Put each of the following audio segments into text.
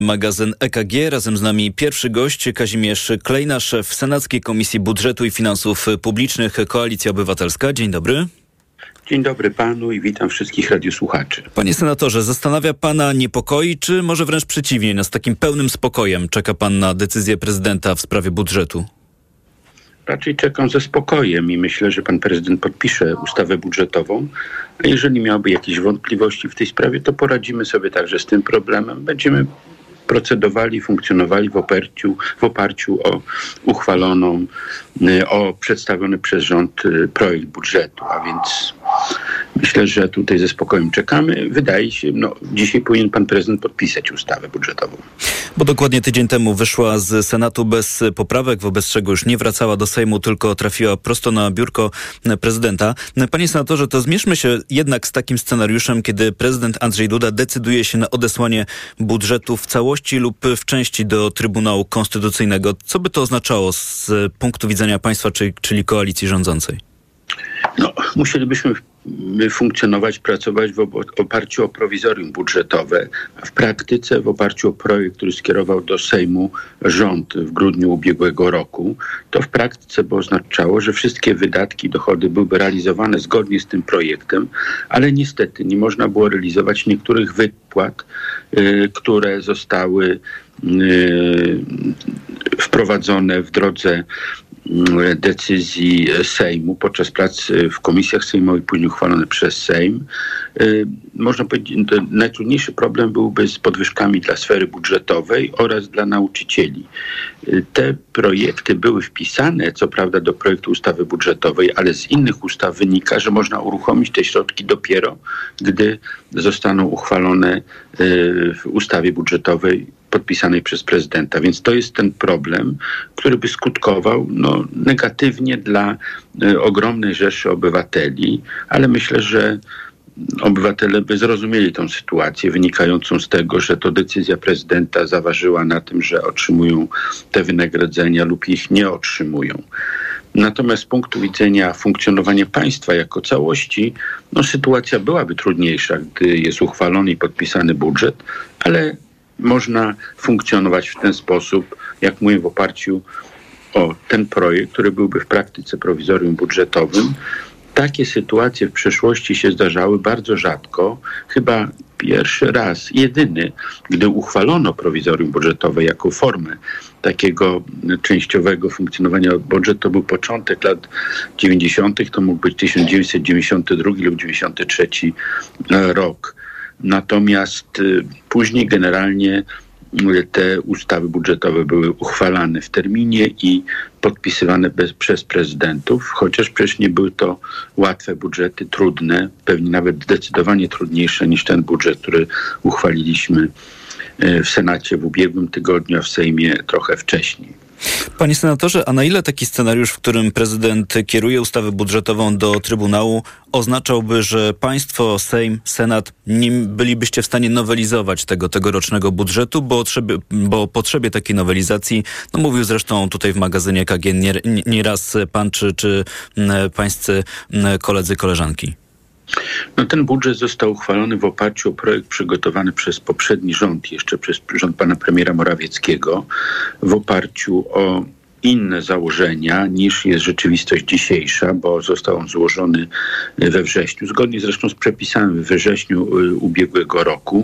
Magazyn EKG. Razem z nami pierwszy gość, Kazimierz Klejna, szef Senackiej Komisji Budżetu i Finansów Publicznych, Koalicja Obywatelska. Dzień dobry. Dzień dobry panu i witam wszystkich radiosłuchaczy. Panie senatorze, zastanawia pana niepokoi, czy może wręcz przeciwnie, z takim pełnym spokojem czeka pan na decyzję prezydenta w sprawie budżetu? Raczej czekam ze spokojem i myślę, że pan prezydent podpisze ustawę budżetową. A jeżeli miałby jakieś wątpliwości w tej sprawie, to poradzimy sobie także z tym problemem. Będziemy procedowali, funkcjonowali w oparciu o uchwaloną, o przedstawiony przez rząd projekt budżetu. A więc myślę, że tutaj ze spokojem czekamy. Wydaje się, dzisiaj powinien pan prezydent podpisać ustawę budżetową. Bo dokładnie tydzień temu wyszła z Senatu bez poprawek, wobec czego już nie wracała do Sejmu, tylko trafiła prosto na biurko prezydenta. Panie senatorze, to zmierzmy się jednak z takim scenariuszem, kiedy prezydent Andrzej Duda decyduje się na odesłanie budżetu w całości lub w części do Trybunału Konstytucyjnego. Co by to oznaczało z punktu widzenia państwa, czyli koalicji rządzącej? Musielibyśmy funkcjonować, pracować w oparciu o prowizorium budżetowe, a w praktyce w oparciu o projekt, który skierował do Sejmu rząd w grudniu ubiegłego roku. To w praktyce by oznaczało, że wszystkie wydatki, dochody byłyby realizowane zgodnie z tym projektem, ale niestety nie można było realizować niektórych wypłat, które zostały wprowadzone w drodze decyzji Sejmu podczas prac w komisjach sejmowych, później uchwalone przez Sejm. Można powiedzieć, że najtrudniejszy problem byłby z podwyżkami dla sfery budżetowej oraz dla nauczycieli. Te projekty były wpisane, co prawda, do projektu ustawy budżetowej, ale z innych ustaw wynika, że można uruchomić te środki dopiero, gdy zostaną uchwalone w ustawie budżetowej podpisanej przez prezydenta. Więc to jest ten problem, który by skutkował negatywnie dla ogromnej rzeszy obywateli, ale myślę, że obywatele by zrozumieli tę sytuację wynikającą z tego, że to decyzja prezydenta zaważyła na tym, że otrzymują te wynagrodzenia lub ich nie otrzymują. Natomiast z punktu widzenia funkcjonowania państwa jako całości, sytuacja byłaby trudniejsza, gdy jest uchwalony i podpisany budżet, ale można funkcjonować w ten sposób, jak mówię, w oparciu o ten projekt, który byłby w praktyce prowizorium budżetowym. Takie sytuacje w przeszłości się zdarzały bardzo rzadko, chyba pierwszy raz, jedyny, gdy uchwalono prowizorium budżetowe jako formę takiego częściowego funkcjonowania budżetu. To był początek lat 90., to mógł być 1992 lub 1993 rok. Natomiast później generalnie te ustawy budżetowe były uchwalane w terminie i podpisywane przez prezydentów, chociaż przecież nie były to łatwe budżety, trudne, pewnie nawet zdecydowanie trudniejsze niż ten budżet, który uchwaliliśmy w Senacie w ubiegłym tygodniu, a w Sejmie trochę wcześniej. Panie senatorze, a na ile taki scenariusz, w którym prezydent kieruje ustawę budżetową do Trybunału, oznaczałby, że państwo, Sejm, Senat nie bylibyście w stanie nowelizować tego tegorocznego budżetu, bo o potrzebie takiej nowelizacji, mówił zresztą tutaj w magazynie EKG nieraz pan czy pańscy koledzy, koleżanki? Ten budżet został uchwalony w oparciu o projekt przygotowany przez poprzedni rząd, jeszcze przez rząd pana premiera Morawieckiego, w oparciu o inne założenia niż jest rzeczywistość dzisiejsza, bo został on złożony we wrześniu, zgodnie zresztą z przepisami we wrześniu ubiegłego roku.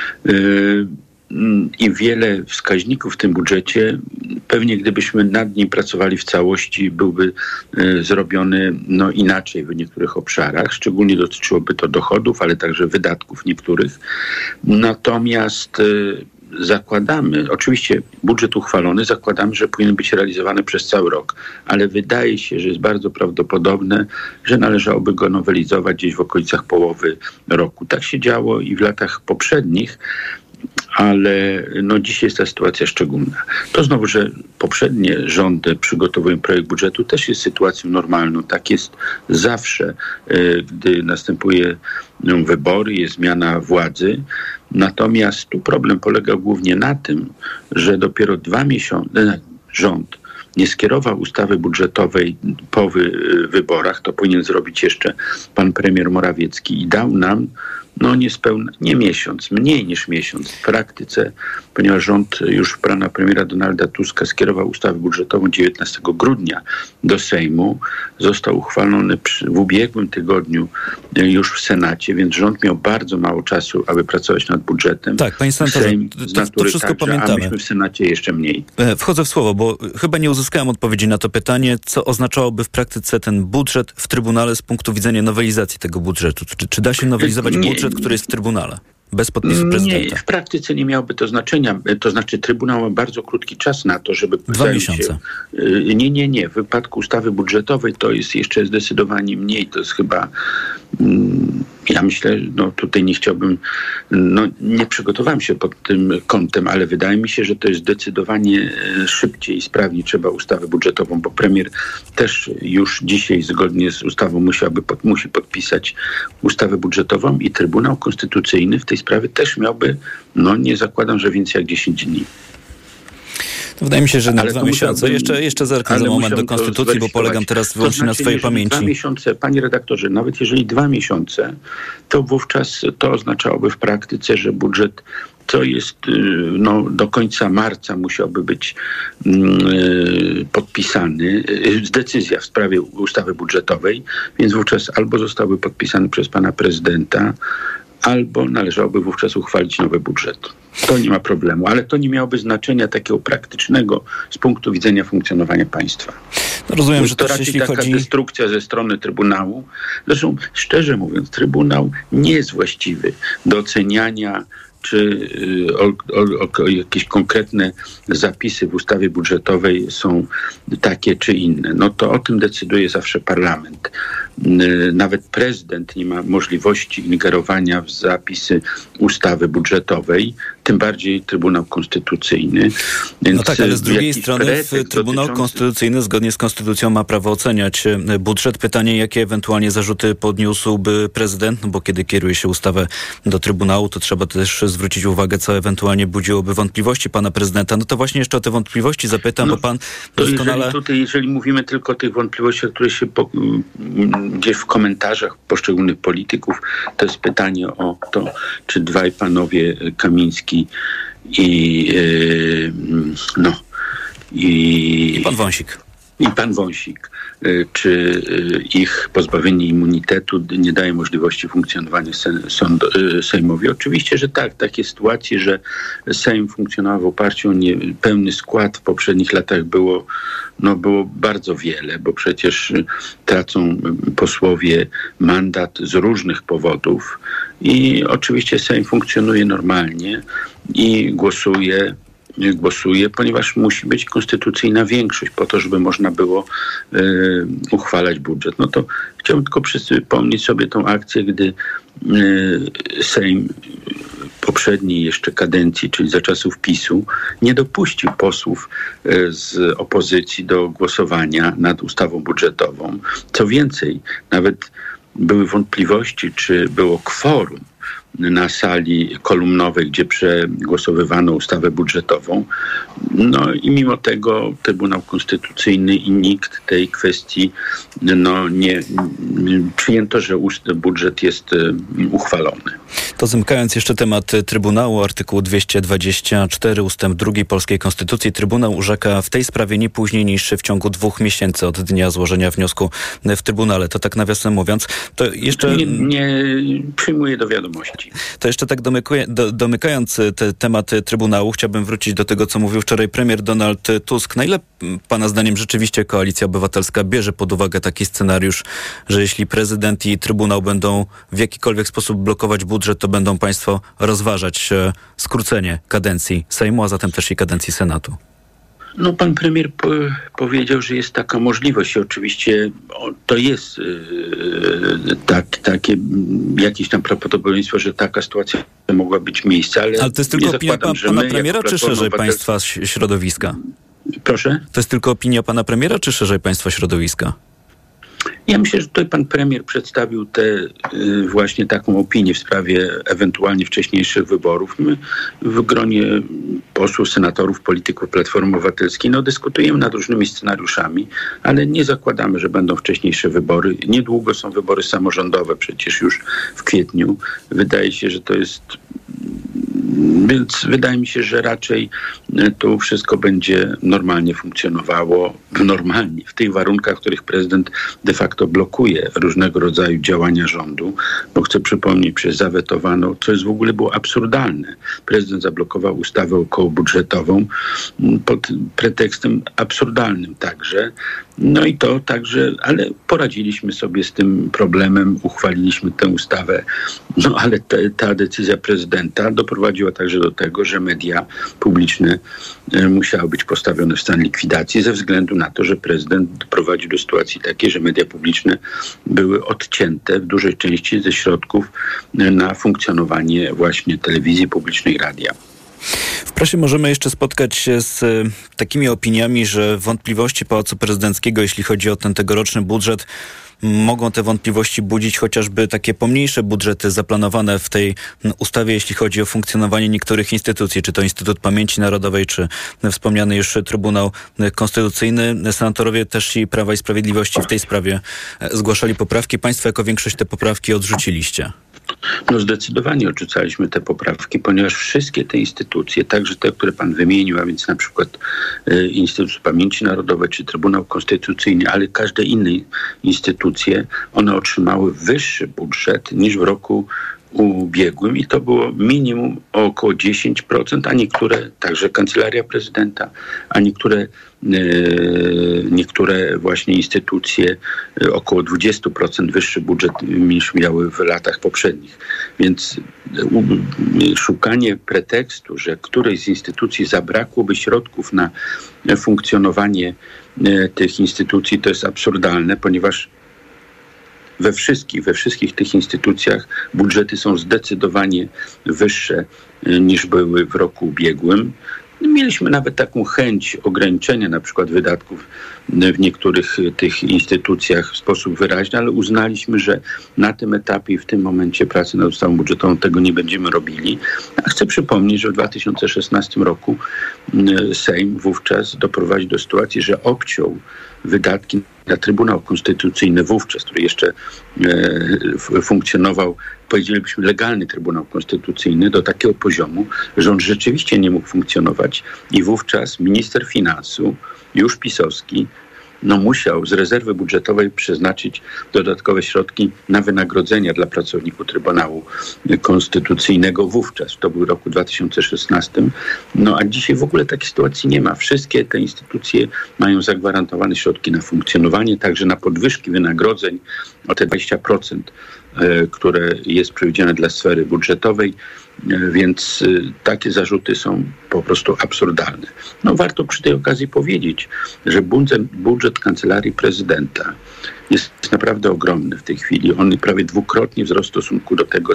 I wiele wskaźników w tym budżecie, pewnie gdybyśmy nad nim pracowali w całości, byłby zrobiony inaczej w niektórych obszarach. Szczególnie dotyczyłoby to dochodów, ale także wydatków niektórych. Natomiast zakładamy, oczywiście budżet uchwalony, zakładamy, że powinien być realizowany przez cały rok, ale wydaje się, że jest bardzo prawdopodobne, że należałoby go nowelizować gdzieś w okolicach połowy roku. Tak się działo i w latach poprzednich, ale dzisiaj jest ta sytuacja szczególna. To znowu, że poprzednie rządy przygotowują projekt budżetu, też jest sytuacją normalną. Tak jest zawsze, gdy następuje wybory, jest zmiana władzy. Natomiast tu problem polega głównie na tym, że dopiero 2 miesiące rząd nie skierował ustawy budżetowej po wyborach, to powinien zrobić jeszcze pan premier Morawiecki i dał nam nie miesiąc, mniej niż miesiąc w praktyce, ponieważ rząd już pana premiera Donalda Tuska skierował ustawę budżetową 19 grudnia do Sejmu. Został uchwalony w ubiegłym tygodniu już w Senacie, więc rząd miał bardzo mało czasu, aby pracować nad budżetem. Tak, panie senatorze, Sejm z natury to wszystko także, pamiętamy. A myśmy w Senacie jeszcze mniej. Wchodzę w słowo, bo chyba nie uzyskałem odpowiedzi na to pytanie, co oznaczałoby w praktyce ten budżet w Trybunale z punktu widzenia nowelizacji tego budżetu. Czy da się nowelizować budżet, który jest w Trybunale? Bez podpisu prezydenta. Nie, w praktyce nie miałoby to znaczenia. To znaczy Trybunał ma bardzo krótki czas na to, żeby... 2 miesiące. Nie. W wypadku ustawy budżetowej to jest jeszcze zdecydowanie mniej. To jest chyba... Ja myślę, tutaj nie chciałbym... nie przygotowałem się pod tym kątem, ale wydaje mi się, że to jest zdecydowanie szybciej i sprawniej trzeba ustawę budżetową, bo premier też już dzisiaj zgodnie z ustawą musi podpisać ustawę budżetową i Trybunał Konstytucyjny w tej sprawie też miałby, nie zakładam, że więcej jak 10 dni. To wydaje mi się, że na 2 miesiące. Jeszcze zerknę za moment do Konstytucji, bo polegam teraz wyłącznie na swojej pamięci. 2 miesiące, panie redaktorze, nawet jeżeli 2 miesiące, to wówczas to oznaczałoby w praktyce, że budżet to jest do końca marca musiałby być podpisany, decyzja w sprawie ustawy budżetowej, więc wówczas albo zostałby podpisany przez pana prezydenta, albo należałoby wówczas uchwalić nowy budżet. To nie ma problemu, ale to nie miałoby znaczenia takiego praktycznego z punktu widzenia funkcjonowania państwa. Rozumiem, że to też raczej jeśli taka chodzi... destrukcja ze strony Trybunału. Zresztą, szczerze mówiąc, Trybunał nie jest właściwy do oceniania, czy jakieś konkretne zapisy w ustawie budżetowej są takie czy inne. To o tym decyduje zawsze parlament. Nawet prezydent nie ma możliwości ingerowania w zapisy ustawy budżetowej, tym bardziej Trybunał Konstytucyjny. Więc tak, ale z drugiej strony Trybunał Konstytucyjny zgodnie z Konstytucją ma prawo oceniać budżet. Pytanie, jakie ewentualnie zarzuty podniósłby prezydent, bo kiedy kieruje się ustawę do Trybunału, to trzeba też zwrócić uwagę, co ewentualnie budziłoby wątpliwości pana prezydenta. To właśnie jeszcze o te wątpliwości zapytam, bo pan doskonale... Jeżeli mówimy tylko o tych wątpliwościach, które się gdzieś w komentarzach poszczególnych polityków, to jest pytanie o to, czy dwaj panowie Kamiński i pan Wąsik, czy ich pozbawienie immunitetu nie daje możliwości funkcjonowania Sejmowi? Oczywiście, że tak. Takie sytuacje, że Sejm funkcjonował w oparciu o pełny skład w poprzednich latach było bardzo wiele, bo przecież tracą posłowie mandat z różnych powodów i oczywiście Sejm funkcjonuje normalnie i głosuje, ponieważ musi być konstytucyjna większość po to, żeby można było uchwalać budżet. To chciałbym tylko przypomnieć sobie tą akcję, gdy Sejm poprzedniej jeszcze kadencji, czyli za czasów PiS-u, nie dopuścił posłów z opozycji do głosowania nad ustawą budżetową. Co więcej, nawet były wątpliwości, czy było kworum na sali kolumnowej, gdzie przegłosowywano ustawę budżetową. I mimo tego Trybunał Konstytucyjny i nikt tej kwestii nie przyjęto, że budżet jest uchwalony. To zamykając jeszcze temat Trybunału, artykuł 224 ustęp 2 Polskiej Konstytucji, Trybunał orzeka w tej sprawie nie później niż w ciągu 2 miesięcy od dnia złożenia wniosku w Trybunale. To tak nawiasem mówiąc. To jeszcze... Nie przyjmuję do wiadomości. To jeszcze tak domykając temat Trybunału, chciałbym wrócić do tego, co mówił wczoraj premier Donald Tusk. Na ile pana zdaniem rzeczywiście Koalicja Obywatelska bierze pod uwagę taki scenariusz, że jeśli prezydent i Trybunał będą w jakikolwiek sposób blokować budżet, to będą państwo rozważać skrócenie kadencji Sejmu, a zatem też i kadencji Senatu? Pan premier powiedział, że jest taka możliwość i oczywiście to jest takie jakieś tam prawdopodobieństwo, że taka sytuacja mogła być miejsce, ale to jest tylko opinia pana premiera, czy szerzej państwa środowiska? Proszę? To jest tylko opinia pana premiera, czy szerzej państwa środowiska? Ja myślę, że tutaj pan premier przedstawił właśnie taką opinię w sprawie ewentualnie wcześniejszych wyborów. My w gronie posłów, senatorów, polityków Platformy Obywatelskiej dyskutujemy nad różnymi scenariuszami, ale nie zakładamy, że będą wcześniejsze wybory. Niedługo są wybory samorządowe, przecież już w kwietniu. Wydaje się, że to jest... Więc wydaje mi się, że raczej to wszystko będzie normalnie funkcjonowało, w tych warunkach, w których prezydent de facto blokuje różnego rodzaju działania rządu, bo chcę przypomnieć, że zawetowano, co jest w ogóle było absurdalne. Prezydent zablokował ustawę okołobudżetową pod pretekstem absurdalnym także. I to także, ale poradziliśmy sobie z tym problemem, uchwaliliśmy tę ustawę, ale ta decyzja prezydenta doprowadziła także do tego, że media publiczne musiały być postawione w stan likwidacji ze względu na to, że prezydent doprowadził do sytuacji takiej, że media publiczne były odcięte w dużej części ze środków na funkcjonowanie właśnie telewizji publicznej, radia. W prasie możemy jeszcze spotkać się z takimi opiniami, że wątpliwości Pałacu Prezydenckiego, jeśli chodzi o ten tegoroczny budżet, mogą te wątpliwości budzić chociażby takie pomniejsze budżety zaplanowane w tej ustawie, jeśli chodzi o funkcjonowanie niektórych instytucji, czy to Instytut Pamięci Narodowej, czy wspomniany już Trybunał Konstytucyjny. Senatorowie też i Prawa i Sprawiedliwości w tej sprawie zgłaszali poprawki. Państwo jako większość te poprawki odrzuciliście. Zdecydowanie odrzucaliśmy te poprawki, ponieważ wszystkie te instytucje, także te, które pan wymienił, a więc na przykład Instytut Pamięci Narodowej czy Trybunał Konstytucyjny, ale każde inne instytucje, one otrzymały wyższy budżet niż w roku ubiegłym i to było minimum o około 10%, a niektóre, także Kancelaria Prezydenta, a niektóre właśnie instytucje około 20% wyższy budżet niż miały w latach poprzednich. Więc szukanie pretekstu, że którejś z instytucji zabrakłoby środków na funkcjonowanie tych instytucji, to jest absurdalne, ponieważ we wszystkich tych instytucjach budżety są zdecydowanie wyższe niż były w roku ubiegłym. Mieliśmy nawet taką chęć ograniczenia na przykład wydatków w niektórych tych instytucjach w sposób wyraźny, ale uznaliśmy, że na tym etapie i w tym momencie pracy nad ustawą budżetową tego nie będziemy robili. A chcę przypomnieć, że w 2016 roku Sejm wówczas doprowadził do sytuacji, że obciął wydatki na Trybunał Konstytucyjny wówczas, który jeszcze funkcjonował, powiedzielibyśmy, legalny Trybunał Konstytucyjny do takiego poziomu, że on rzeczywiście nie mógł funkcjonować i wówczas minister finansów, już pisowski, musiał z rezerwy budżetowej przeznaczyć dodatkowe środki na wynagrodzenia dla pracowników Trybunału Konstytucyjnego wówczas. To był w roku 2016. A dzisiaj w ogóle takiej sytuacji nie ma. Wszystkie te instytucje mają zagwarantowane środki na funkcjonowanie, także na podwyżki wynagrodzeń o te 20%, które jest przewidziane dla sfery budżetowej, więc takie zarzuty są po prostu absurdalne. Warto przy tej okazji powiedzieć, że budżet Kancelarii Prezydenta jest naprawdę ogromny w tej chwili. On prawie dwukrotnie wzrósł w stosunku do tego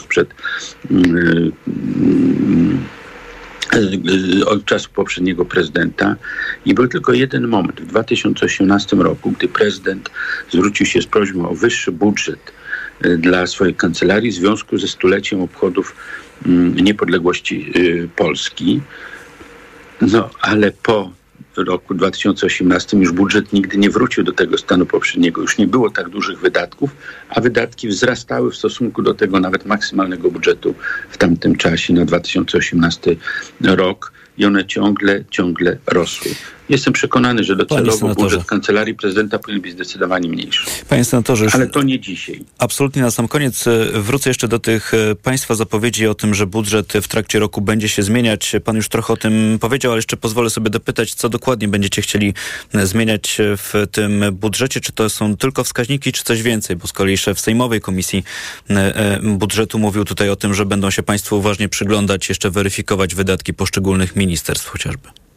od czasu poprzedniego prezydenta i był tylko jeden moment w 2018 roku, gdy prezydent zwrócił się z prośbą o wyższy budżet dla swojej kancelarii w związku ze stuleciem obchodów niepodległości Polski. Ale po roku 2018 już budżet nigdy nie wrócił do tego stanu poprzedniego. Już nie było tak dużych wydatków, a wydatki wzrastały w stosunku do tego nawet maksymalnego budżetu w tamtym czasie na 2018 rok i one ciągle rosły. Jestem przekonany, że docelowo budżet Kancelarii Prezydenta powinien być zdecydowanie mniejszy. Panie senatorze, ale to nie dzisiaj. Absolutnie na sam koniec wrócę jeszcze do tych państwa zapowiedzi o tym, że budżet w trakcie roku będzie się zmieniać. Pan już trochę o tym powiedział, ale jeszcze pozwolę sobie dopytać, co dokładnie będziecie chcieli zmieniać w tym budżecie. Czy to są tylko wskaźniki, czy coś więcej? Bo z kolei szef Sejmowej Komisji Budżetu mówił tutaj o tym, że będą się państwo uważnie przyglądać, jeszcze weryfikować wydatki poszczególnych ministerstw chociażby.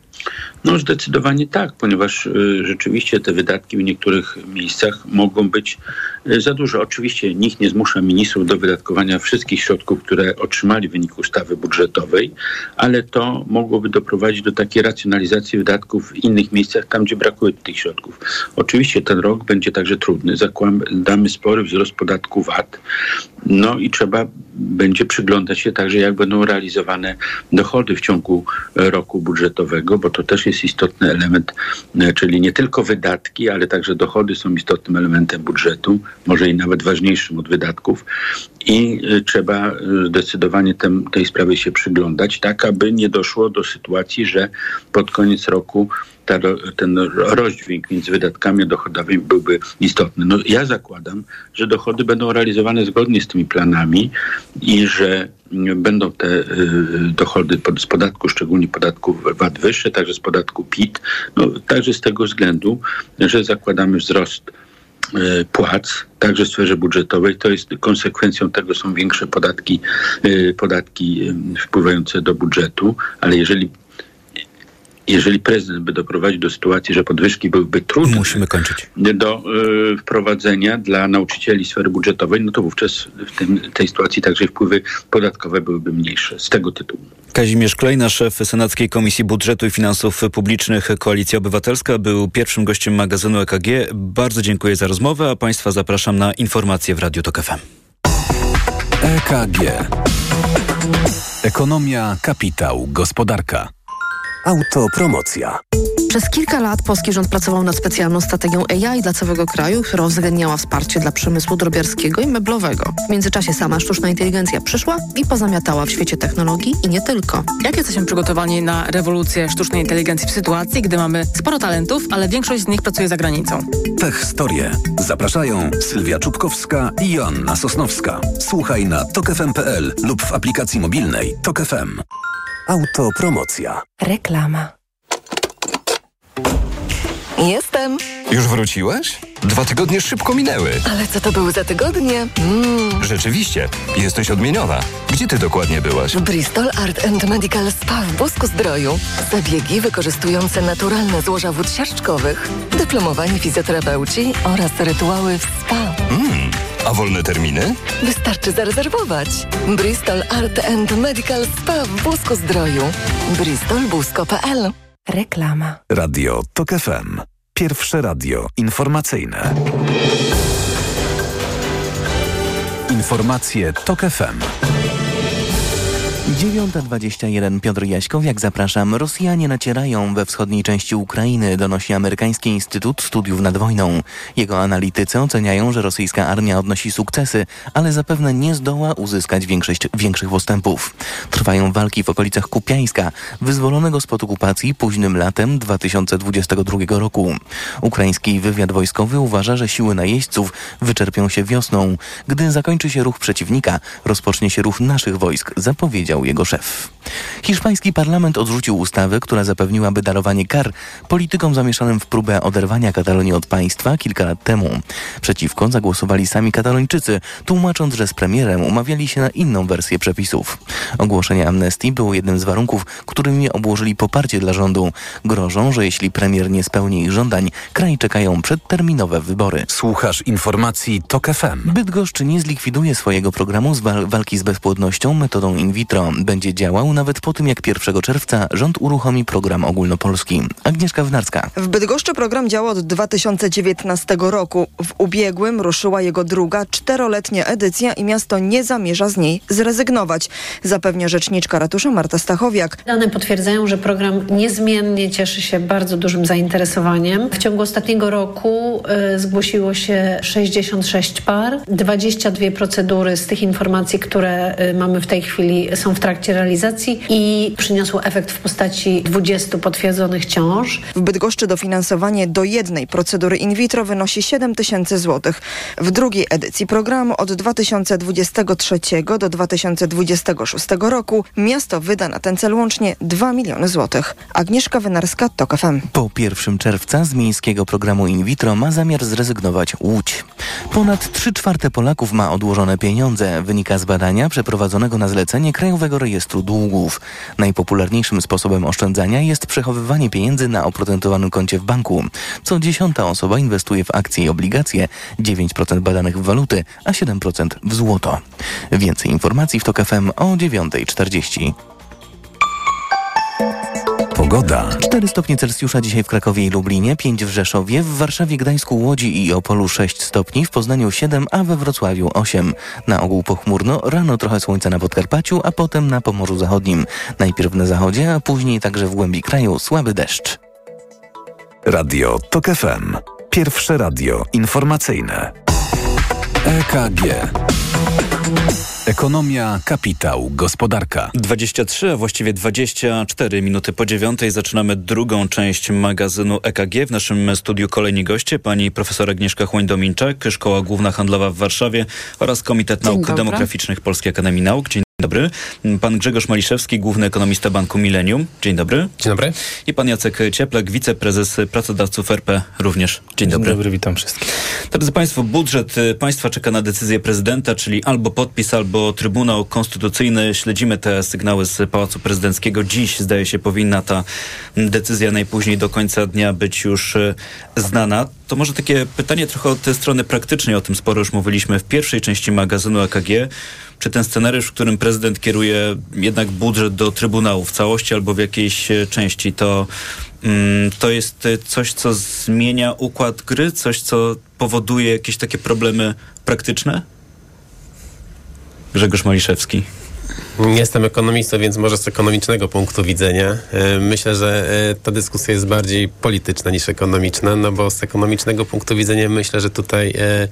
No zdecydowanie tak, ponieważ rzeczywiście te wydatki w niektórych miejscach mogą być za duże. Oczywiście nikt nie zmusza ministrów do wydatkowania wszystkich środków, które otrzymali w wyniku ustawy budżetowej, ale to mogłoby doprowadzić do takiej racjonalizacji wydatków w innych miejscach, tam gdzie brakuje tych środków. Oczywiście ten rok będzie także trudny. Zakładamy spory wzrost podatku VAT. No i trzeba będzie przyglądać się także, jak będą realizowane dochody w ciągu roku budżetowego, bo to też jest istotny element, czyli nie tylko wydatki, ale także dochody są istotnym elementem budżetu, może i nawet ważniejszym od wydatków i trzeba zdecydowanie tej sprawie się przyglądać, tak aby nie doszło do sytuacji, że pod koniec roku ten rozdźwięk między wydatkami a dochodami byłby istotny. No, ja zakładam, że dochody będą realizowane zgodnie z tymi planami i że będą te dochody z podatku, szczególnie podatku VAT wyższe, także z podatku PIT, no, także z tego względu, że zakładamy wzrost płac, także w sferze budżetowej. To jest konsekwencją tego, są większe podatki wpływające do budżetu, ale jeżeli prezydent by doprowadził do sytuacji, że podwyżki byłyby trudne do wprowadzenia dla nauczycieli sfery budżetowej, no to wówczas w tej sytuacji także wpływy podatkowe byłyby mniejsze z tego tytułu. Kazimierz Klejna, szef Senackiej Komisji Budżetu i Finansów Publicznych Koalicja Obywatelska, był pierwszym gościem magazynu EKG. Bardzo dziękuję za rozmowę, a Państwa zapraszam na informacje w Radiu TOK FM. EKG. Ekonomia, kapitał, gospodarka. Autopromocja. Przez kilka lat polski rząd pracował nad specjalną strategią AI dla całego kraju, która uwzględniała wsparcie dla przemysłu drobiarskiego i meblowego. W międzyczasie sama sztuczna inteligencja przyszła i pozamiatała w świecie technologii i nie tylko. Jak jesteśmy przygotowani na rewolucję sztucznej inteligencji w sytuacji, gdy mamy sporo talentów, ale większość z nich pracuje za granicą? Techstorie. Zapraszają Sylwia Czubkowska i Joanna Sosnowska. Słuchaj na tokfm.pl lub w aplikacji mobilnej TOK FM. Autopromocja. Reklama. Jestem. Już wróciłeś? 2 tygodnie szybko minęły. Ale co to były za tygodnie? Rzeczywiście, jesteś odmieniona. Gdzie ty dokładnie byłaś? W Bristol Art and Medical Spa w Busku-Zdroju. Zabiegi wykorzystujące naturalne złoża wód siarczkowych, dyplomowani fizjoterapeuci oraz rytuały w spa. A wolne terminy? Wystarczy zarezerwować. Bristol Art and Medical Spa w Busku-Zdroju. bristolbusko.pl. Reklama. Radio TOK FM. Pierwsze radio informacyjne. Informacje TOK FM. 9:21. Piotr Jaśkowiak, zapraszam. Rosjanie nacierają we wschodniej części Ukrainy, donosi amerykański Instytut Studiów nad Wojną. Jego analitycy oceniają, że rosyjska armia odnosi sukcesy, ale zapewne nie zdoła uzyskać większych postępów. Trwają walki w okolicach Kupiańska, wyzwolonego spod okupacji późnym latem 2022 roku. Ukraiński wywiad wojskowy uważa, że siły najeźdźców wyczerpią się wiosną. Gdy zakończy się ruch przeciwnika, rozpocznie się ruch naszych wojsk, zapowiedział jego szef. Hiszpański parlament odrzucił ustawę, która zapewniłaby darowanie kar politykom zamieszanym w próbę oderwania Katalonii od państwa kilka lat temu. Przeciwko zagłosowali sami Katalończycy, tłumacząc, że z premierem umawiali się na inną wersję przepisów. Ogłoszenie amnestii było jednym z warunków, którymi obłożyli poparcie dla rządu. Grożą, że jeśli premier nie spełni ich żądań, kraj czekają przedterminowe wybory. Słuchasz informacji TOK FM. Bydgoszcz nie zlikwiduje swojego programu walki z bezpłodnością metodą in vitro. Będzie działał nawet po tym, jak 1 czerwca rząd uruchomi program ogólnopolski. Agnieszka Wnarska. W Bydgoszczy program działa od 2019 roku. W ubiegłym ruszyła jego druga, 4-letnia edycja i miasto nie zamierza z niej zrezygnować, zapewnia rzeczniczka ratusza Marta Stachowiak. Dane potwierdzają, że program niezmiennie cieszy się bardzo dużym zainteresowaniem. W ciągu ostatniego roku zgłosiło się 66 par, 22 procedury z tych informacji, które mamy w tej chwili, są w trakcie realizacji i przyniosło efekt w postaci 20 potwierdzonych ciąż. W Bydgoszczy dofinansowanie do jednej procedury in vitro wynosi 7 000 złotych. W drugiej edycji programu od 2023 do 2026 roku miasto wyda na ten cel łącznie 2 miliony złotych. Agnieszka Wynarska, TOK FM. Po 1 czerwca z miejskiego programu in vitro ma zamiar zrezygnować Łódź. Ponad 3/4 Polaków ma odłożone pieniądze, wynika z badania przeprowadzonego na zlecenie Krajowego Krajowego Rejestru Długów. Najpopularniejszym sposobem oszczędzania jest przechowywanie pieniędzy na oprocentowanym koncie w banku. Co 10. osoba inwestuje w akcje i obligacje, 9% badanych w waluty, a 7% w złoto. Więcej informacji w TOK FM o 9:40. Pogoda. 4 stopnie Celsjusza dzisiaj w Krakowie i Lublinie, 5 w Rzeszowie, w Warszawie, Gdańsku, Łodzi i Opolu 6 stopni, w Poznaniu 7, a we Wrocławiu 8. Na ogół pochmurno, rano trochę słońca na Podkarpaciu, a potem na Pomorzu Zachodnim. Najpierw na zachodzie, a później także w głębi kraju słaby deszcz. Radio TOK FM. Pierwsze radio informacyjne. EKG. Ekonomia, kapitał, gospodarka. 23, a właściwie 24 minuty po 9 zaczynamy drugą część magazynu EKG. W naszym studiu kolejni goście, pani profesor Agnieszka Chłoń-Dominczak, Szkoła Główna Handlowa w Warszawie oraz Komitet Nauk Demograficznych Polskiej Akademii Nauk. Dzień dobry. Pan Grzegorz Maliszewski, główny ekonomista Banku Millennium. Dzień dobry. Dzień dobry. I pan Jacek Cieplak, wiceprezes Pracodawców RP również. Dzień dobry. Dzień dobry, witam wszystkich. Drodzy Państwo, budżet państwa czeka na decyzję prezydenta, czyli albo podpis, albo Trybunał Konstytucyjny. Śledzimy te sygnały z Pałacu Prezydenckiego. Dziś, zdaje się, powinna ta decyzja najpóźniej do końca dnia być już znana. To może takie pytanie trochę od strony praktycznej, o tym sporo już mówiliśmy w pierwszej części magazynu EKG. Czy ten scenariusz, w którym prezydent kieruje jednak budżet do Trybunału w całości albo w jakiejś części, to jest coś, co zmienia układ gry? Coś, co powoduje jakieś takie problemy praktyczne? Grzegorz Maliszewski. Jestem ekonomistą, więc może z ekonomicznego punktu widzenia. Myślę, że ta dyskusja jest bardziej polityczna niż ekonomiczna, no bo z ekonomicznego punktu widzenia myślę, że tutaj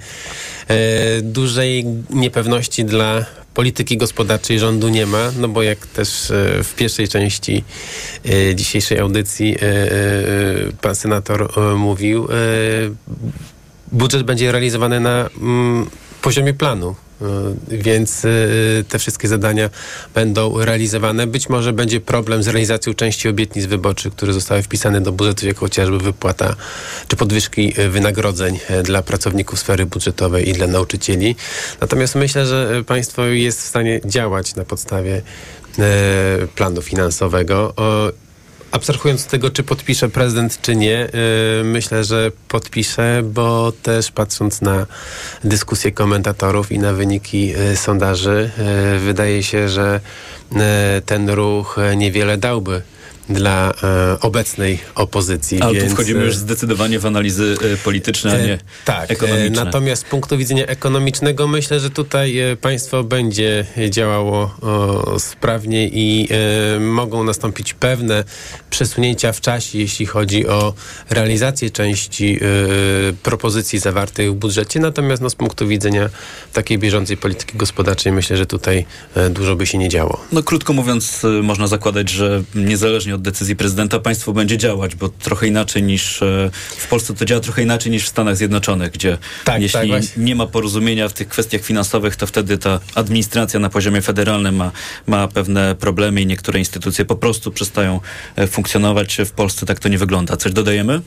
dużej niepewności dla polityki gospodarczej rządu nie ma, no bo jak też w pierwszej części dzisiejszej audycji pan senator mówił, budżet będzie realizowany na poziomie planu. Więc te wszystkie zadania będą realizowane. Być może będzie problem z realizacją części obietnic wyborczych, które zostały wpisane do budżetu, jak chociażby wypłata czy podwyżki wynagrodzeń dla pracowników sfery budżetowej i dla nauczycieli. Natomiast myślę, że państwo jest w stanie działać na podstawie planu finansowego. Abstrahując od tego, czy podpisze prezydent, czy nie, myślę, że podpisze, bo też patrząc na dyskusje komentatorów i na wyniki sondaży, wydaje się, że ten ruch niewiele dałby dla obecnej opozycji. Ale tu wchodzimy już zdecydowanie w analizy polityczne, a nie ekonomiczne. Natomiast z punktu widzenia ekonomicznego myślę, że tutaj państwo będzie działało sprawnie i mogą nastąpić pewne przesunięcia w czasie, jeśli chodzi o realizację części propozycji zawartych w budżecie. Natomiast z punktu widzenia takiej bieżącej polityki gospodarczej myślę, że tutaj dużo by się nie działo. No krótko mówiąc, można zakładać, że niezależnie od decyzji prezydenta państwo będzie działać, bo trochę inaczej niż w Polsce to działa trochę inaczej niż w Stanach Zjednoczonych, gdzie jeśli nie ma porozumienia w tych kwestiach finansowych, to wtedy ta administracja na poziomie federalnym ma pewne problemy i niektóre instytucje po prostu przestają funkcjonować. W Polsce tak to nie wygląda. Coś dodajemy?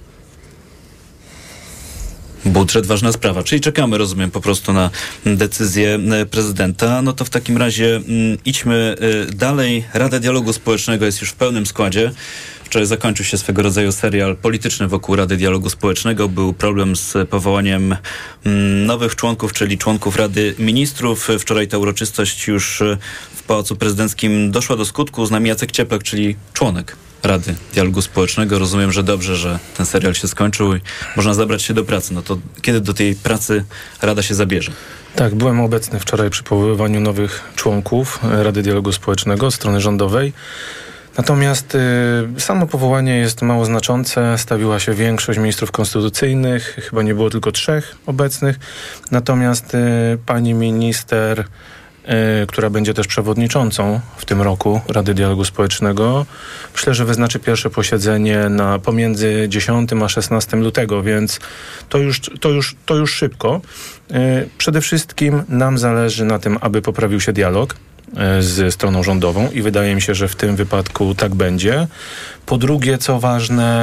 Budżet, ważna sprawa. Czyli czekamy, rozumiem, po prostu na decyzję prezydenta. No to w takim razie idźmy dalej. Rada Dialogu Społecznego jest już w pełnym składzie. Wczoraj zakończył się swego rodzaju serial polityczny wokół Rady Dialogu Społecznego. Był problem z powołaniem nowych członków, czyli członków Rady Ministrów. Wczoraj ta uroczystość już w Pałacu Prezydenckim doszła do skutku. Z nami Jacek Cieplak, czyli członek Rady Dialogu Społecznego. Rozumiem, że dobrze, że ten serial się skończył i można zabrać się do pracy. No to kiedy do tej pracy Rada się zabierze? Tak, byłem obecny wczoraj przy powoływaniu nowych członków Rady Dialogu Społecznego strony rządowej. Natomiast samo powołanie jest mało znaczące. Stawiła się większość ministrów konstytucyjnych. Chyba nie było tylko 3 obecnych. Natomiast pani minister, która będzie też przewodniczącą w tym roku Rady Dialogu Społecznego, myślę, że wyznaczy pierwsze posiedzenie pomiędzy 10 a 16 lutego, więc to już szybko. Przede wszystkim nam zależy na tym, aby poprawił się dialog z stroną rządową i wydaje mi się, że w tym wypadku tak będzie. Po drugie, co ważne,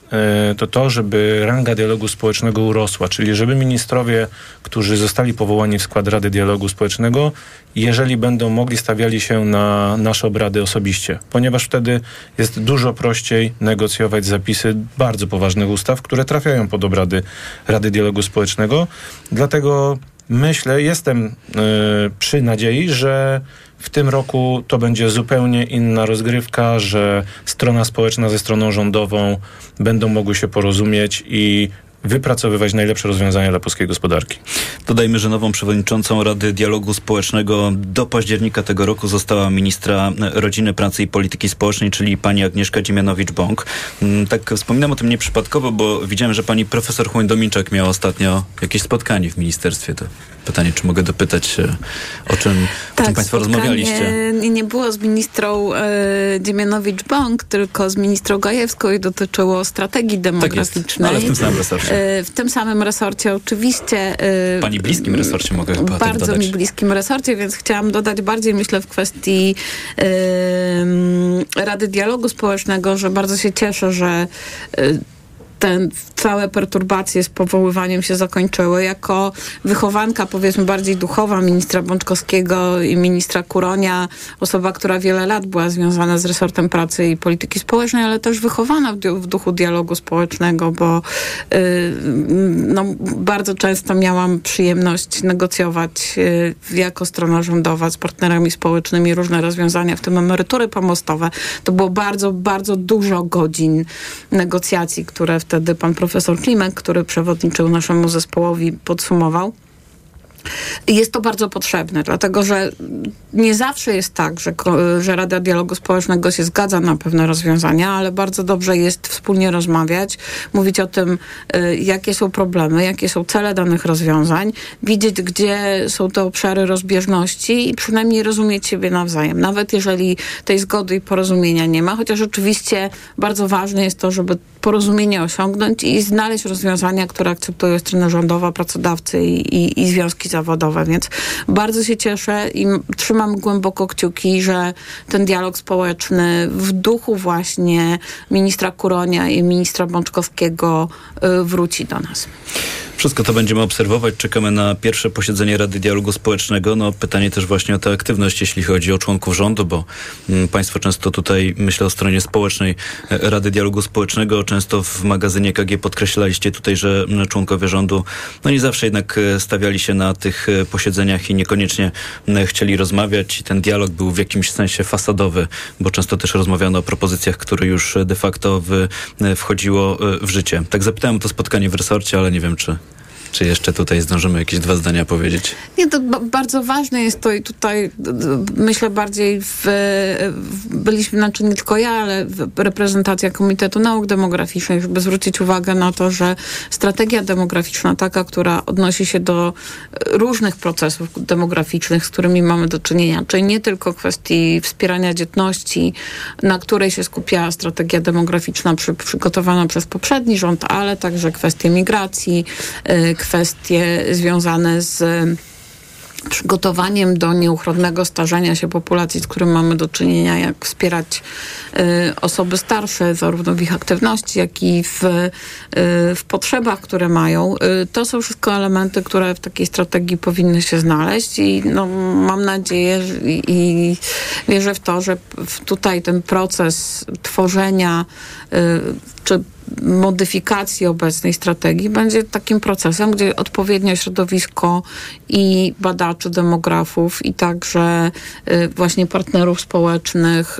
to, żeby ranga dialogu społecznego urosła, czyli żeby ministrowie, którzy zostali powołani w skład Rady Dialogu Społecznego, jeżeli będą mogli, stawiali się na nasze obrady osobiście, ponieważ wtedy jest dużo prościej negocjować zapisy bardzo poważnych ustaw, które trafiają pod obrady Rady Dialogu Społecznego. Dlatego jestem przy nadziei, że w tym roku to będzie zupełnie inna rozgrywka, że strona społeczna ze stroną rządową będą mogły się porozumieć i wypracowywać najlepsze rozwiązania dla polskiej gospodarki. Dodajmy, że nową przewodniczącą Rady Dialogu Społecznego do października tego roku została ministra Rodziny, Pracy i Polityki Społecznej, czyli pani Agnieszka Dziemianowicz-Bąk. Tak wspominam o tym nieprzypadkowo, bo widziałem, że pani profesor Chłoń-Dominczak miała ostatnio jakieś spotkanie w ministerstwie. To pytanie, czy mogę dopytać, o czym państwo rozmawialiście? Nie było z ministrą Dziemianowicz-Bąk, tylko z ministrą Gajewską i dotyczyło strategii demograficznej. Tak jest, ale w tym samym resorcie. W tym samym resorcie oczywiście. Pani bliskim resorcie mogę chyba tak dodać. Bardzo mi bliskim resorcie, więc chciałam dodać bardziej, myślę, w kwestii Rady Dialogu Społecznego, że bardzo się cieszę, że te całe perturbacje z powoływaniem się zakończyły. Jako wychowanka, powiedzmy, bardziej duchowa ministra Bączkowskiego i ministra Kuronia, osoba, która wiele lat była związana z resortem pracy i polityki społecznej, ale też wychowana w duchu dialogu społecznego, bo bardzo często miałam przyjemność negocjować jako strona rządowa z partnerami społecznymi różne rozwiązania, w tym emerytury pomostowe. To było bardzo, bardzo dużo godzin negocjacji, które wtedy pan profesor Klimek, który przewodniczył naszemu zespołowi, podsumował. Jest to bardzo potrzebne, dlatego że nie zawsze jest tak, że Rada Dialogu Społecznego się zgadza na pewne rozwiązania, ale bardzo dobrze jest wspólnie rozmawiać, mówić o tym, jakie są problemy, jakie są cele danych rozwiązań, widzieć, gdzie są te obszary rozbieżności i przynajmniej rozumieć siebie nawzajem. Nawet jeżeli tej zgody i porozumienia nie ma, chociaż oczywiście bardzo ważne jest to, żeby porozumienie osiągnąć i znaleźć rozwiązania, które akceptują strona rządowa, pracodawcy i związki zawodowe, więc bardzo się cieszę i trzymam głęboko kciuki, że ten dialog społeczny w duchu właśnie ministra Kuronia i ministra Bączkowskiego wróci do nas. Wszystko to będziemy obserwować. Czekamy na pierwsze posiedzenie Rady Dialogu Społecznego. Pytanie też właśnie o tę aktywność, jeśli chodzi o członków rządu, bo państwo często tutaj, myślę o stronie społecznej Rady Dialogu Społecznego, często w magazynie KG podkreślaliście tutaj, że członkowie rządu nie zawsze jednak stawiali się na tych posiedzeniach i niekoniecznie chcieli rozmawiać. I ten dialog był w jakimś sensie fasadowy, bo często też rozmawiano o propozycjach, które już de facto wchodziło w życie. Tak zapytałem o to spotkanie w resorcie, ale nie wiem, czy jeszcze tutaj zdążymy jakieś 2 zdania powiedzieć? Nie, to bardzo ważne jest to i tutaj myślę bardziej byliśmy, znaczy nie tylko ja, ale reprezentacja Komitetu Nauk Demograficznych, żeby zwrócić uwagę na to, że strategia demograficzna taka, która odnosi się do różnych procesów demograficznych, z którymi mamy do czynienia, czyli nie tylko kwestii wspierania dzietności, na której się skupiała strategia demograficzna przygotowana przez poprzedni rząd, ale także kwestie migracji, kwestie związane z przygotowaniem do nieuchronnego starzenia się populacji, z którym mamy do czynienia, jak wspierać osoby starsze, zarówno w ich aktywności, jak i w potrzebach, które mają. To są wszystko elementy, które w takiej strategii powinny się znaleźć i mam nadzieję i wierzę w to, że tutaj ten proces tworzenia czy modyfikacji obecnej strategii będzie takim procesem, gdzie odpowiednio środowisko i badaczy, demografów i także właśnie partnerów społecznych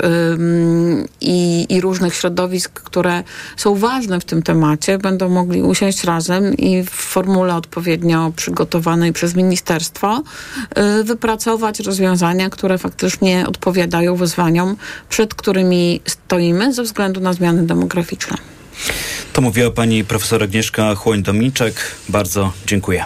i różnych środowisk, które są ważne w tym temacie, będą mogli usiąść razem i w formule odpowiednio przygotowanej przez ministerstwo wypracować rozwiązania, które faktycznie odpowiadają wyzwaniom, przed którymi stoimy ze względu na zmiany demograficzne. To mówiła pani profesor Agnieszka Chłoń-Dominczak. Bardzo dziękuję.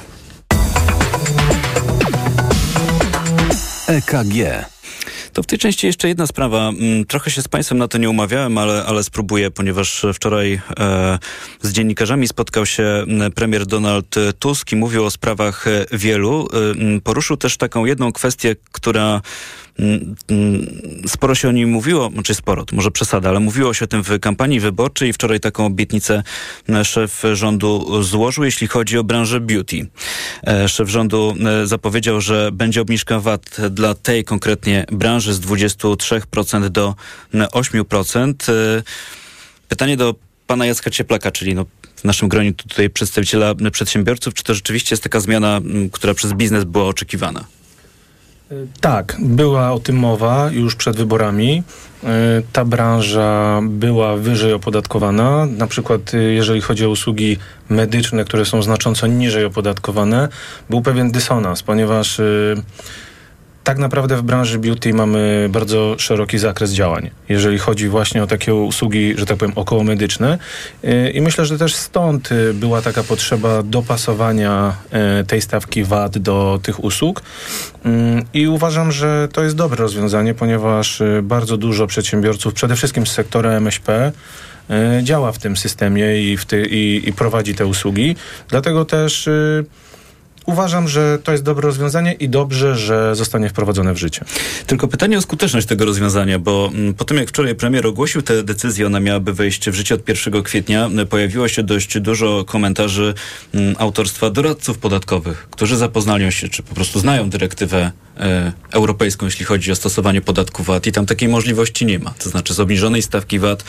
EKG. To w tej części jeszcze jedna sprawa. Trochę się z państwem na to nie umawiałem, ale spróbuję, ponieważ wczoraj z dziennikarzami spotkał się premier Donald Tusk i mówił o sprawach wielu. Poruszył też taką jedną kwestię, która Sporo się o nim mówiło, to może przesada, ale mówiło się o tym w kampanii wyborczej i wczoraj taką obietnicę szef rządu złożył, jeśli chodzi o branżę beauty. Szef rządu zapowiedział, że będzie obniżka VAT dla tej konkretnie branży z 23% do 8%. Pytanie do pana Jacka Cieplaka, czyli w naszym gronie tutaj przedstawiciela przedsiębiorców, czy to rzeczywiście jest taka zmiana, która przez biznes była oczekiwana? Tak, była o tym mowa już przed wyborami. Ta branża była wyżej opodatkowana. Na przykład jeżeli chodzi o usługi medyczne, które są znacząco niżej opodatkowane, był pewien dysonans, ponieważ tak naprawdę w branży beauty mamy bardzo szeroki zakres działań, jeżeli chodzi właśnie o takie usługi, że tak powiem, okołomedyczne. I myślę, że też stąd była taka potrzeba dopasowania tej stawki VAT do tych usług. I uważam, że to jest dobre rozwiązanie, ponieważ bardzo dużo przedsiębiorców, przede wszystkim z sektora MŚP, działa w tym systemie i prowadzi te usługi. Dlatego też uważam, że to jest dobre rozwiązanie i dobrze, że zostanie wprowadzone w życie. Tylko pytanie o skuteczność tego rozwiązania, bo po tym jak wczoraj premier ogłosił tę decyzję, ona miałaby wejść w życie od 1 kwietnia, pojawiło się dość dużo komentarzy autorstwa doradców podatkowych, którzy zapoznali się, czy po prostu znają dyrektywę europejską, jeśli chodzi o stosowanie podatku VAT i tam takiej możliwości nie ma. To znaczy z obniżonej stawki VAT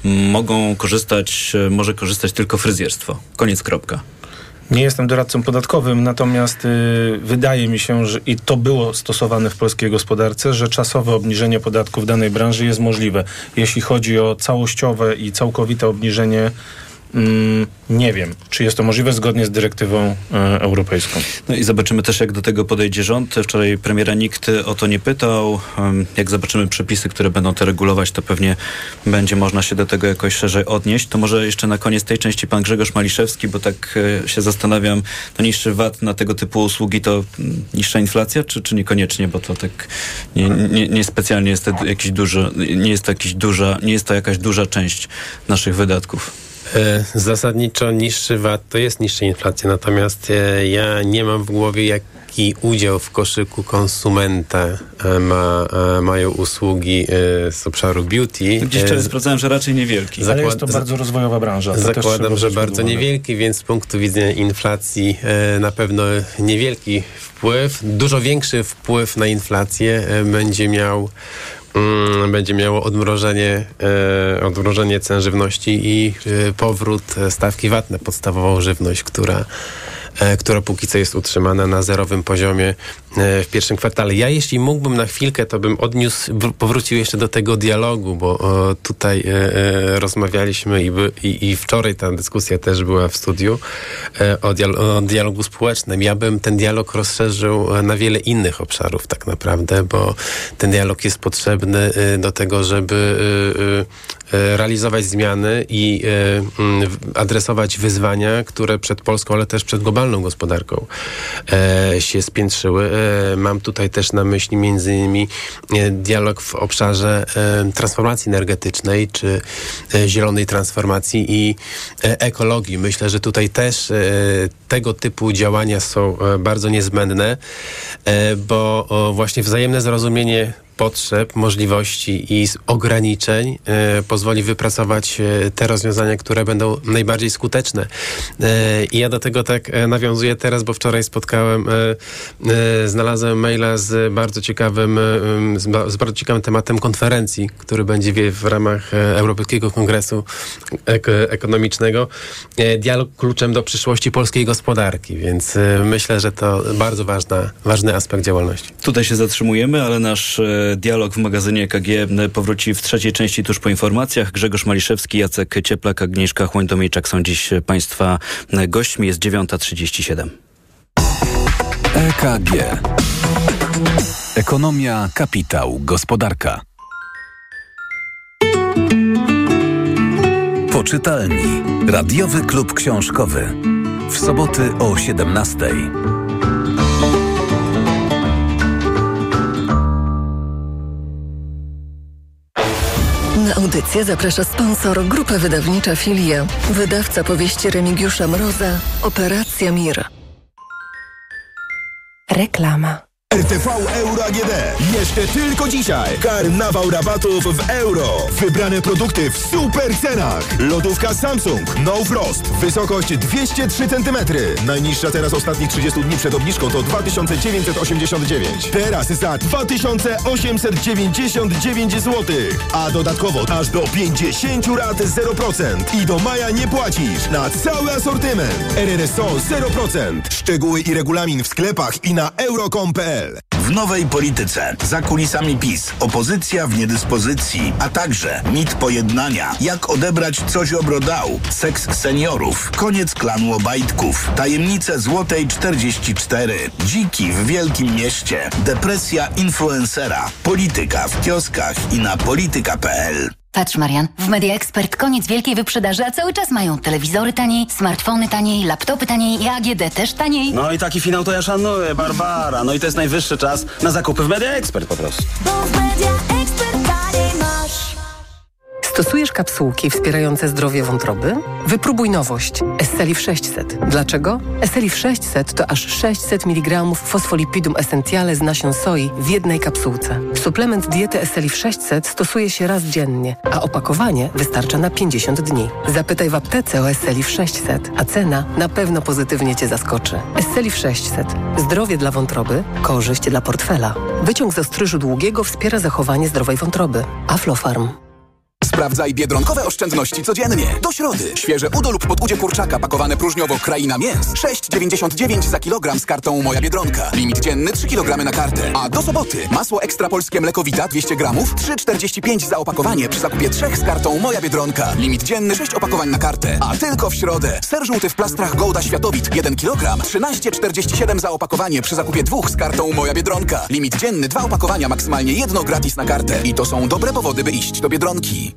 może korzystać tylko fryzjerstwo. Koniec, kropka. Nie jestem doradcą podatkowym, natomiast wydaje mi się, że i to było stosowane w polskiej gospodarce, że czasowe obniżenie podatku w danej branży jest możliwe. Jeśli chodzi o całościowe i całkowite obniżenie, nie wiem, czy jest to możliwe zgodnie z dyrektywą europejską. No i zobaczymy też, jak do tego podejdzie rząd. Wczoraj premiera nikt o to nie pytał. Jak zobaczymy przepisy, które będą to regulować, to pewnie będzie można się do tego jakoś szerzej odnieść. To może jeszcze na koniec tej części pan Grzegorz Maliszewski, bo tak się zastanawiam, to niższy VAT na tego typu usługi to niższa inflacja, czy niekoniecznie, bo to tak nie specjalnie jest to jakiś duży, nie jest to jakaś duża część naszych wydatków. Zasadniczo niższy VAT to jest niższa inflacja, natomiast ja nie mam w głowie, jaki udział w koszyku konsumenta mają usługi z obszaru beauty. Gdzieś wczoraj sprawdzałem, że raczej niewielki. Ale jest to bardzo rozwojowa branża. Zakładam, że bardzo niewielki, więc z punktu widzenia inflacji na pewno niewielki wpływ. Dużo większy wpływ na inflację będzie miało odmrożenie cen żywności i powrót stawki VAT na podstawową żywność, która póki co jest utrzymana na zerowym poziomie w pierwszym kwartale. Ja jeśli mógłbym na chwilkę, to bym powrócił jeszcze do tego dialogu, bo tutaj rozmawialiśmy i wczoraj ta dyskusja też była w studiu o dialogu społecznym. Ja bym ten dialog rozszerzył na wiele innych obszarów tak naprawdę, bo ten dialog jest potrzebny do tego, żeby realizować zmiany i adresować wyzwania, które przed Polską, ale też przed globalną gospodarką się spiętrzyły. Mam tutaj też na myśli między innymi dialog w obszarze transformacji energetycznej, czy zielonej transformacji i ekologii. Myślę, że tutaj też tego typu działania są bardzo niezbędne, bo właśnie wzajemne zrozumienie potrzeb, możliwości i ograniczeń pozwoli wypracować te rozwiązania, które będą najbardziej skuteczne. I ja do tego tak nawiązuję teraz, bo wczoraj znalazłem maila z bardzo ciekawym tematem konferencji, który będzie w ramach Europejskiego Kongresu Ekonomicznego. Dialog kluczem do przyszłości polskiej gospodarki, więc myślę, że to bardzo ważny aspekt działalności. Tutaj się zatrzymujemy, ale nasz dialog w magazynie EKG powróci w trzeciej części tuż po informacjach. Grzegorz Maliszewski, Jacek Cieplak, Agnieszka Chłoń-Domiejczak są dziś Państwa gośćmi. Jest 9:37. EKG. Ekonomia, kapitał, gospodarka. Poczytalni. Radiowy klub książkowy. W soboty o 17:00. Na audycję zaprasza sponsor, grupa wydawnicza Filia, wydawca powieści Remigiusza Mroza, Operacja Mir. Reklama. RTV Euro AGD. Jeszcze tylko dzisiaj. Karnawał rabatów w euro. Wybrane produkty w super cenach. Lodówka Samsung No Frost. Wysokość 203 cm. Najniższa teraz ostatnich 30 dni przed obniżką to 2989. Teraz za 2899 zł. A dodatkowo aż do 50 rat 0%. I do maja nie płacisz na cały asortyment. RRSO 0%. Szczegóły i regulamin w sklepach i na euro.com.pl. W nowej polityce. Za kulisami PiS. Opozycja w niedyspozycji. A także mit pojednania. Jak odebrać co Ziobro dał. Seks seniorów. Koniec klanu Obajtków. Tajemnice Złotej 44. Dziki w Wielkim Mieście. Depresja influencera. Polityka w kioskach i na polityka.pl. Patrz, Marian, w Media Expert koniec wielkiej wyprzedaży, a cały czas mają telewizory taniej, smartfony taniej, laptopy taniej i AGD też taniej. No i taki finał to ja szanuję, Barbara. No i to jest najwyższy czas na zakupy w Media Expert po prostu. Bo w Media Expert taniej masz. Stosujesz kapsułki wspierające zdrowie wątroby? Wypróbuj nowość. Esselif 600. Dlaczego? Esselif 600 to aż 600 mg fosfolipidum essentiale z nasion soi w jednej kapsułce. Suplement diety Esselif 600 stosuje się raz dziennie, a opakowanie wystarcza na 50 dni. Zapytaj w aptece o Esselif 600, a cena na pewno pozytywnie Cię zaskoczy. Esselif 600. Zdrowie dla wątroby, korzyść dla portfela. Wyciąg z ostryżu długiego wspiera zachowanie zdrowej wątroby. Aflofarm. Sprawdzaj biedronkowe oszczędności codziennie. Do środy. Świeże udo lub podudzie kurczaka pakowane próżniowo Kraina Mięs. 6,99 za kilogram z kartą Moja Biedronka. Limit dzienny 3 kg na kartę. A do soboty masło ekstra polskie mlekowita 200 gramów. 3,45 za opakowanie przy zakupie 3 z kartą Moja Biedronka. Limit dzienny 6 opakowań na kartę. A tylko w środę. Ser żółty w plastrach Gouda Światowit 1 kg. 13,47 za opakowanie przy zakupie 2 z kartą Moja Biedronka. Limit dzienny 2 opakowania, maksymalnie 1 gratis na kartę. I to są dobre powody, by iść do Biedronki.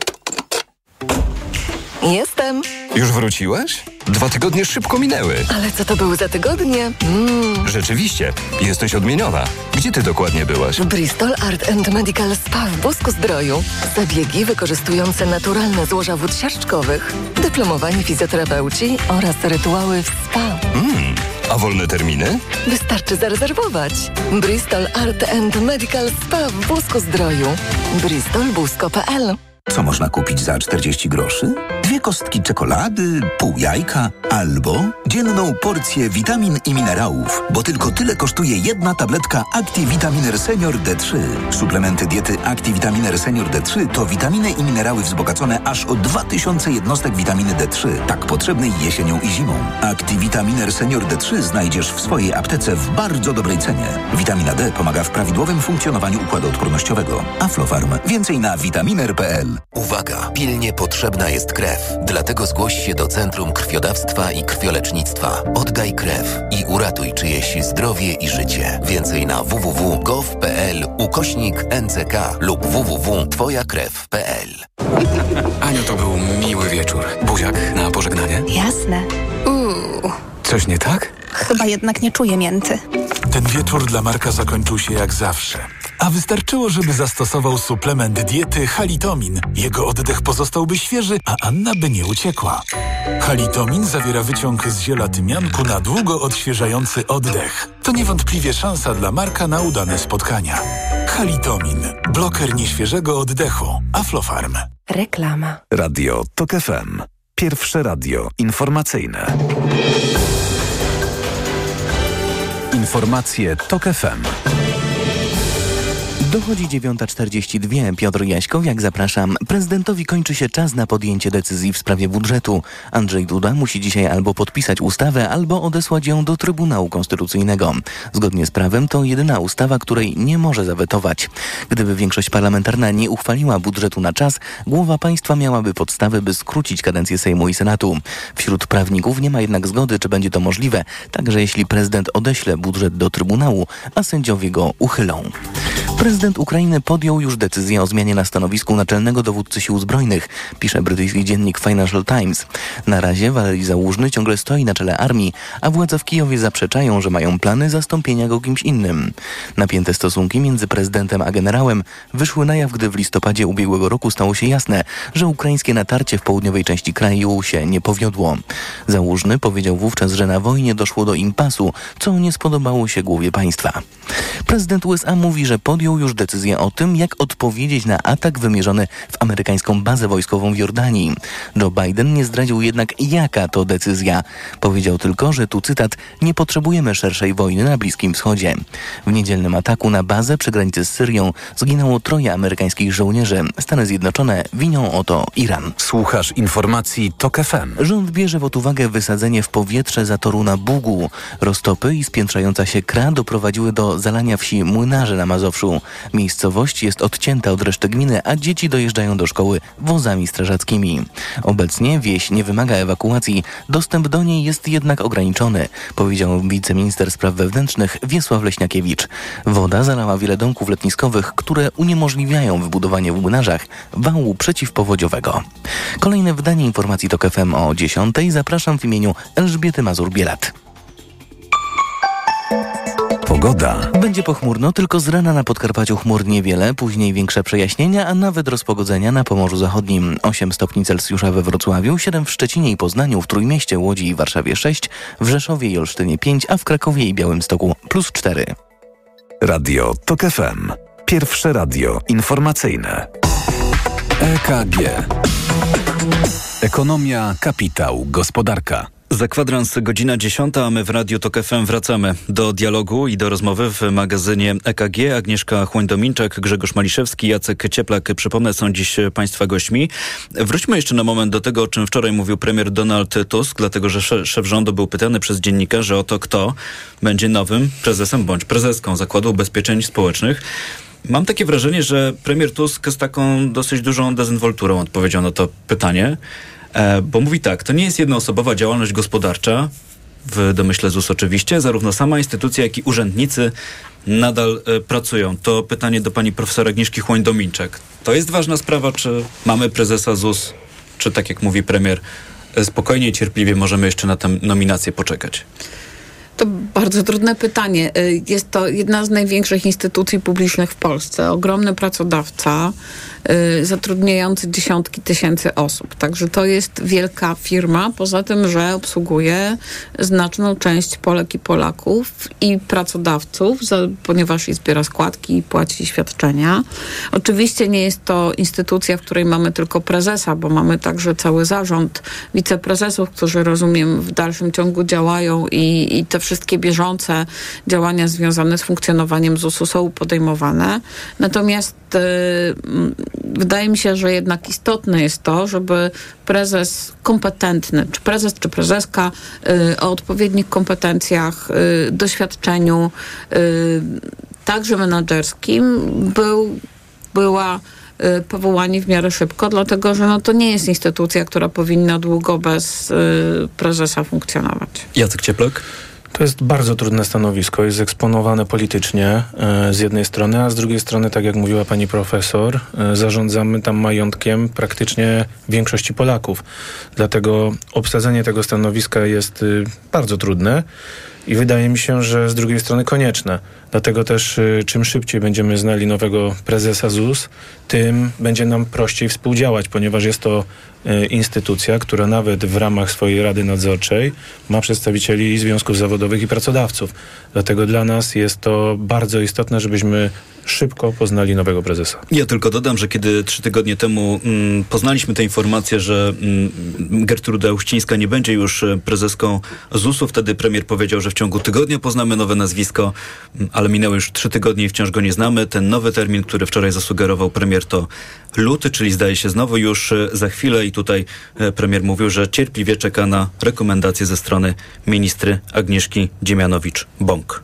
Jestem. Już wróciłaś? 2 tygodnie szybko minęły. Ale co to były za tygodnie? Rzeczywiście, jesteś odmieniona. Gdzie ty dokładnie byłaś? Bristol Art and Medical Spa w Bosku-Zdroju. Zabiegi wykorzystujące naturalne złoża wód siarczkowych, dyplomowani fizjoterapeuci oraz rytuały w spa. A wolne terminy? Wystarczy zarezerwować. Bristol Art and Medical Spa w Bosku-Zdroju. bristolbusko.pl. Co można kupić za 40 groszy? 2 kostki czekolady, pół jajka albo dzienną porcję witamin i minerałów, bo tylko tyle kosztuje jedna tabletka Activitaminer Senior D3. Suplementy diety Activitaminer Senior D3 to witaminy i minerały wzbogacone aż o 2000 jednostek witaminy D3, tak potrzebnej jesienią i zimą. Activitaminer Senior D3 znajdziesz w swojej aptece w bardzo dobrej cenie. Witamina D pomaga w prawidłowym funkcjonowaniu układu odpornościowego. Aflofarm. Więcej na vitaminer.pl. Uwaga! Pilnie potrzebna jest krew. Dlatego zgłoś się do Centrum Krwiodawstwa i Krwiolecznictwa. Oddaj krew i uratuj czyjeś zdrowie i życie. Więcej na www.gov.pl/NCK lub www.twojakrew.pl. Aniu, to był miły wieczór. Buziak na pożegnanie? Jasne. Coś nie tak? Chyba jednak nie czuję mięty. Ten wieczór dla Marka zakończył się jak zawsze. A wystarczyło, żeby zastosował suplement diety Halitomin. Jego oddech pozostałby świeży, a Anna by nie uciekła. Halitomin zawiera wyciąg z ziela tymianku na długo odświeżający oddech. To niewątpliwie szansa dla Marka na udane spotkania. Halitomin. Bloker nieświeżego oddechu. Aflofarm. Reklama. Radio TOK FM. Pierwsze radio informacyjne. Informacje TOK FM. Dochodzi 9:42. Piotr Jaśkowiak, zapraszam. Prezydentowi kończy się czas na podjęcie decyzji w sprawie budżetu. Andrzej Duda musi dzisiaj albo podpisać ustawę, albo odesłać ją do Trybunału Konstytucyjnego. Zgodnie z prawem to jedyna ustawa, której nie może zawetować. Gdyby większość parlamentarna nie uchwaliła budżetu na czas, głowa państwa miałaby podstawy, by skrócić kadencję Sejmu i Senatu. Wśród prawników nie ma jednak zgody, czy będzie to możliwe, także jeśli prezydent odeśle budżet do Trybunału, a sędziowie go uchylą. Prezydent Prezydent Ukrainy podjął już decyzję o zmianie na stanowisku naczelnego dowódcy sił zbrojnych, pisze brytyjski dziennik Financial Times. Na razie Walerii Załóżny ciągle stoi na czele armii, a władze w Kijowie zaprzeczają, że mają plany zastąpienia go kimś innym. Napięte stosunki między prezydentem a generałem wyszły na jaw, gdy w listopadzie ubiegłego roku stało się jasne, że ukraińskie natarcie w południowej części kraju się nie powiodło. Załóżny powiedział wówczas, że na wojnie doszło do impasu, co nie spodobało się głowie państwa. Prezydent USA mówi, że podjął już decyzję o tym, jak odpowiedzieć na atak wymierzony w amerykańską bazę wojskową w Jordanii. Joe Biden nie zdradził jednak, jaka to decyzja. Powiedział tylko, że tu cytat, nie potrzebujemy szerszej wojny na Bliskim Wschodzie. W niedzielnym ataku na bazę przy granicy z Syrią zginęło 3 amerykańskich żołnierzy. Stany Zjednoczone winią o to Iran. Słuchasz informacji TOK FM. Rząd bierze pod uwagę wysadzenie w powietrze zatoru na Bugu. Roztopy i spiętrzająca się kra doprowadziły do zalania wsi Młynarze na Mazowszu. Miejscowość jest odcięta od reszty gminy, a dzieci dojeżdżają do szkoły wozami strażackimi. Obecnie wieś nie wymaga ewakuacji. Dostęp do niej jest jednak ograniczony, powiedział wiceminister spraw wewnętrznych Wiesław Leśniakiewicz. Woda zalała wiele domków letniskowych, które uniemożliwiają wybudowanie w Młynarzach wału przeciwpowodziowego. Kolejne wydanie informacji TOK FM o 10:00. Zapraszam w imieniu Elżbiety Mazur-Bielat. Pogoda. Będzie pochmurno, tylko z rana na Podkarpaciu chmur niewiele, później większe przejaśnienia, a nawet rozpogodzenia na Pomorzu Zachodnim. 8 stopni Celsjusza we Wrocławiu, 7 w Szczecinie i Poznaniu, w Trójmieście, Łodzi i Warszawie 6, w Rzeszowie i Olsztynie 5, a w Krakowie i Białymstoku +4. Radio TOK FM. Pierwsze radio informacyjne. EKG. Ekonomia, kapitał, gospodarka. Za kwadrans godzina 10, a my w Radiu TOK FM wracamy do dialogu i do rozmowy w magazynie EKG. Agnieszka Chłoń-Dominczak, Grzegorz Maliszewski, Jacek Cieplak, przypomnę, są dziś państwa gośćmi. Wróćmy jeszcze na moment do tego, o czym wczoraj mówił premier Donald Tusk, dlatego że szef rządu był pytany przez dziennikarzy o to, kto będzie nowym prezesem bądź prezeską Zakładu Ubezpieczeń Społecznych. Mam takie wrażenie, że premier Tusk z taką dosyć dużą dezynwolturą odpowiedział na to pytanie. Bo mówi tak, to nie jest jednoosobowa działalność gospodarcza, w domyśle ZUS oczywiście, zarówno sama instytucja, jak i urzędnicy nadal pracują. To pytanie do pani profesor Agnieszki Chłoń-Dominczak. To jest ważna sprawa, czy mamy prezesa ZUS, czy tak jak mówi premier, spokojnie i cierpliwie możemy jeszcze na tę nominację poczekać? To bardzo trudne pytanie. Jest to jedna z największych instytucji publicznych w Polsce. Ogromny pracodawca, zatrudniający dziesiątki tysięcy osób. Także to jest wielka firma, poza tym, że obsługuje znaczną część Polek i Polaków i pracodawców, ponieważ i zbiera składki i płaci świadczenia. Oczywiście nie jest to instytucja, w której mamy tylko prezesa, bo mamy także cały zarząd wiceprezesów, którzy, rozumiem, w dalszym ciągu działają i te wszystkie bieżące działania związane z funkcjonowaniem ZUS-u są podejmowane. Natomiast wydaje mi się, że jednak istotne jest to, żeby prezes kompetentny, czy prezes, czy prezeska o odpowiednich kompetencjach, doświadczeniu, także menadżerskim, była powołani w miarę szybko, dlatego że to nie jest instytucja, która powinna długo bez prezesa funkcjonować. Jacek Cieplak? To jest bardzo trudne stanowisko, jest eksponowane politycznie z jednej strony, a z drugiej strony, tak jak mówiła pani profesor, zarządzamy tam majątkiem praktycznie większości Polaków. Dlatego obsadzenie tego stanowiska jest bardzo trudne i wydaje mi się, że z drugiej strony konieczne. Dlatego też czym szybciej będziemy znali nowego prezesa ZUS, tym będzie nam prościej współdziałać, ponieważ jest to instytucja, która nawet w ramach swojej Rady Nadzorczej ma przedstawicieli związków zawodowych i pracodawców. Dlatego dla nas jest to bardzo istotne, żebyśmy szybko poznali nowego prezesa. Ja tylko dodam, że kiedy 3 tygodnie temu poznaliśmy tę informację, że Gertruda Uścińska nie będzie już prezeską ZUS-u, wtedy premier powiedział, że w ciągu tygodnia poznamy nowe nazwisko, ale minęły już 3 tygodnie i wciąż go nie znamy. Ten nowy termin, który wczoraj zasugerował premier, to luty, czyli zdaje się znowu już za chwilę i tutaj premier mówił, że cierpliwie czeka na rekomendacje ze strony ministry Agnieszki Dziemianowicz-Bąk.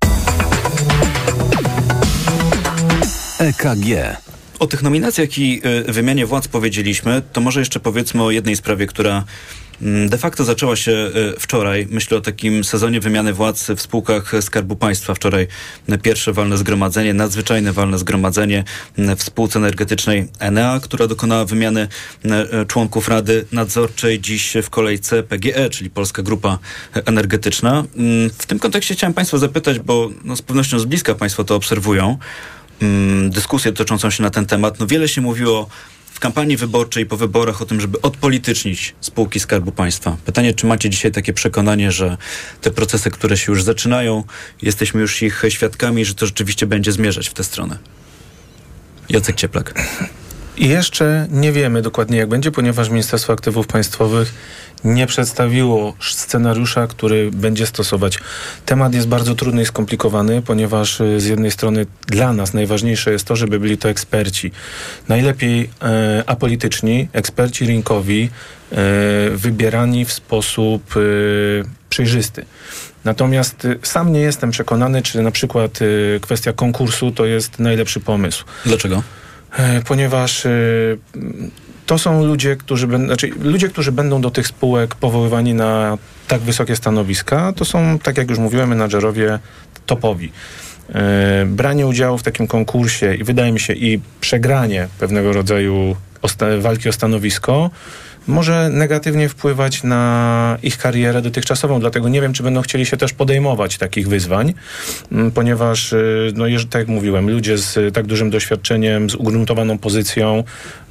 EKG. O tych nominacjach i wymianie władz powiedzieliśmy, to może jeszcze powiedzmy o jednej sprawie, która de facto zaczęła się wczoraj. Myślę o takim sezonie wymiany władz w spółkach Skarbu Państwa. Wczoraj pierwsze walne zgromadzenie, nadzwyczajne walne zgromadzenie w spółce energetycznej Enea, która dokonała wymiany członków Rady Nadzorczej. Dziś w kolejce PGE, czyli Polska Grupa Energetyczna. W tym kontekście chciałem Państwa zapytać, bo z pewnością z bliska Państwo to obserwują, dyskusję toczącą się na ten temat. Wiele się mówiło w kampanii wyborczej, po wyborach o tym, żeby odpolitycznić spółki Skarbu Państwa. Pytanie, czy macie dzisiaj takie przekonanie, że te procesy, które się już zaczynają, jesteśmy już ich świadkami, że to rzeczywiście będzie zmierzać w tę stronę? Jacek Cieplak. I jeszcze nie wiemy dokładnie, jak będzie, ponieważ Ministerstwo Aktywów Państwowych nie przedstawiło scenariusza, który będzie stosować. Temat jest bardzo trudny i skomplikowany, ponieważ z jednej strony dla nas najważniejsze jest to, żeby byli to eksperci. Najlepiej apolityczni, eksperci rynkowi, wybierani w sposób przejrzysty. Natomiast sam nie jestem przekonany, czy na przykład kwestia konkursu to jest najlepszy pomysł. Dlaczego? Ponieważ to są ludzie, którzy będą do tych spółek powoływani na tak wysokie stanowiska, to są, tak jak już mówiłem, menadżerowie topowi. Branie udziału w takim konkursie i wydaje mi się i przegranie pewnego rodzaju walki o stanowisko może negatywnie wpływać na ich karierę dotychczasową. Dlatego nie wiem, czy będą chcieli się też podejmować takich wyzwań, ponieważ, tak jak mówiłem, ludzie z tak dużym doświadczeniem, z ugruntowaną pozycją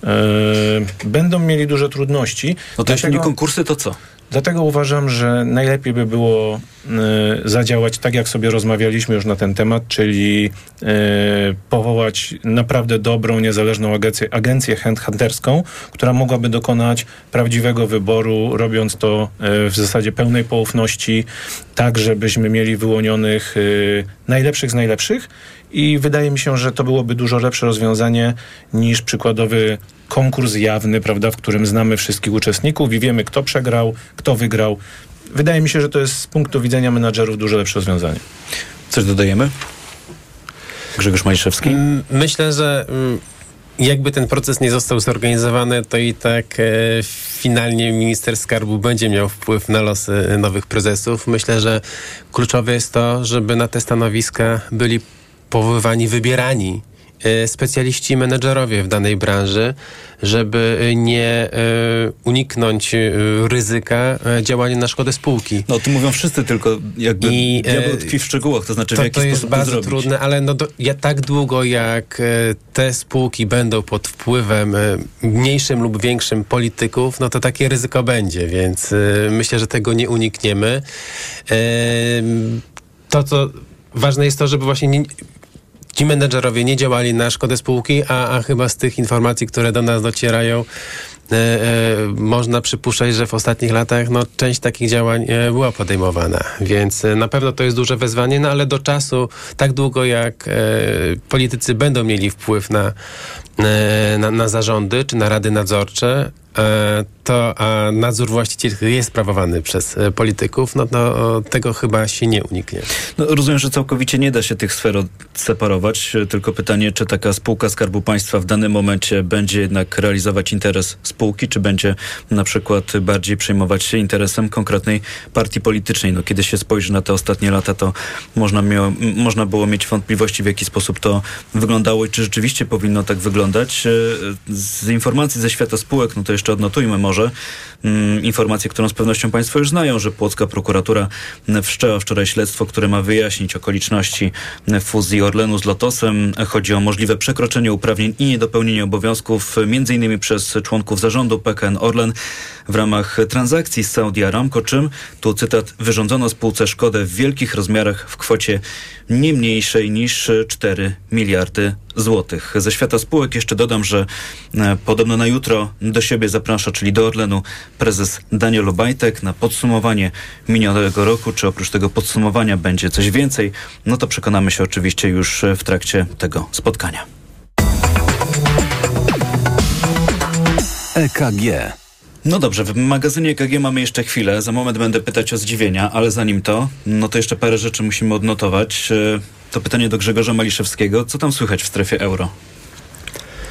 będą mieli duże trudności. Jeśli nie konkursy, to co? Dlatego uważam, że najlepiej by było zadziałać tak, jak sobie rozmawialiśmy już na ten temat, czyli powołać naprawdę dobrą, niezależną agencję headhunterską, która mogłaby dokonać prawdziwego wyboru, robiąc to w zasadzie pełnej poufności, tak, żebyśmy mieli wyłonionych najlepszych z najlepszych. I wydaje mi się, że to byłoby dużo lepsze rozwiązanie niż przykładowy konkurs jawny, prawda, w którym znamy wszystkich uczestników i wiemy, kto przegrał, kto wygrał. Wydaje mi się, że to jest z punktu widzenia menadżerów dużo lepsze rozwiązanie. Coś dodajemy? Grzegorz Maliszewski? Myślę, że jakby ten proces nie został zorganizowany, to i tak finalnie minister skarbu będzie miał wpływ na losy nowych prezesów. Myślę, że kluczowe jest to, żeby na te stanowiska byli powoływani, wybierani specjaliści i menedżerowie w danej branży, żeby nie uniknąć ryzyka działania na szkodę spółki. O tym mówią wszyscy, tylko jakby diabeł tkwi w szczegółach, to znaczy w jaki sposób to zrobić. To jest bardzo trudne, ale tak długo jak te spółki będą pod wpływem mniejszym lub większym polityków, to takie ryzyko będzie, więc myślę, że tego nie unikniemy. To, co ważne jest to, żeby właśnie ci menedżerowie nie działali na szkodę spółki, a chyba z tych informacji, które do nas docierają, można przypuszczać, że w ostatnich latach część takich działań była podejmowana. Więc na pewno to jest duże wyzwanie, ale do czasu, tak długo jak politycy będą mieli wpływ na zarządy czy na rady nadzorcze, a nadzór właścicielski jest sprawowany przez polityków, to tego chyba się nie uniknie. Rozumiem, że całkowicie nie da się tych sfer odseparować, tylko pytanie, czy taka spółka Skarbu Państwa w danym momencie będzie jednak realizować interes spółki, czy będzie na przykład bardziej przejmować się interesem konkretnej partii politycznej. Kiedy się spojrzy na te ostatnie lata, to można było mieć wątpliwości, w jaki sposób to wyglądało i czy rzeczywiście powinno tak wyglądać. Z informacji ze świata spółek, to jeszcze odnotujmy może informację, którą z pewnością Państwo już znają, że płocka prokuratura wszczęła wczoraj śledztwo, które ma wyjaśnić okoliczności fuzji Orlenu z Lotosem. Chodzi o możliwe przekroczenie uprawnień i niedopełnienie obowiązków m.in. przez członków zarządu PKN Orlen w ramach transakcji z Saudi Aramco, czym, tu cytat, wyrządzono spółce szkodę w wielkich rozmiarach w kwocie nie mniejszej niż 4 miliardy złotych. Ze świata spółek jeszcze dodam, że podobno na jutro do siebie zaprasza, czyli do Orlenu, prezes Daniel Obajtek na podsumowanie minionego roku. Czy oprócz tego podsumowania będzie coś więcej? To przekonamy się oczywiście już w trakcie tego spotkania. EKG. Dobrze, w magazynie EKG mamy jeszcze chwilę. Za moment będę pytać o zdziwienia, ale zanim to jeszcze parę rzeczy musimy odnotować. To pytanie do Grzegorza Maliszewskiego. Co tam słychać w strefie euro?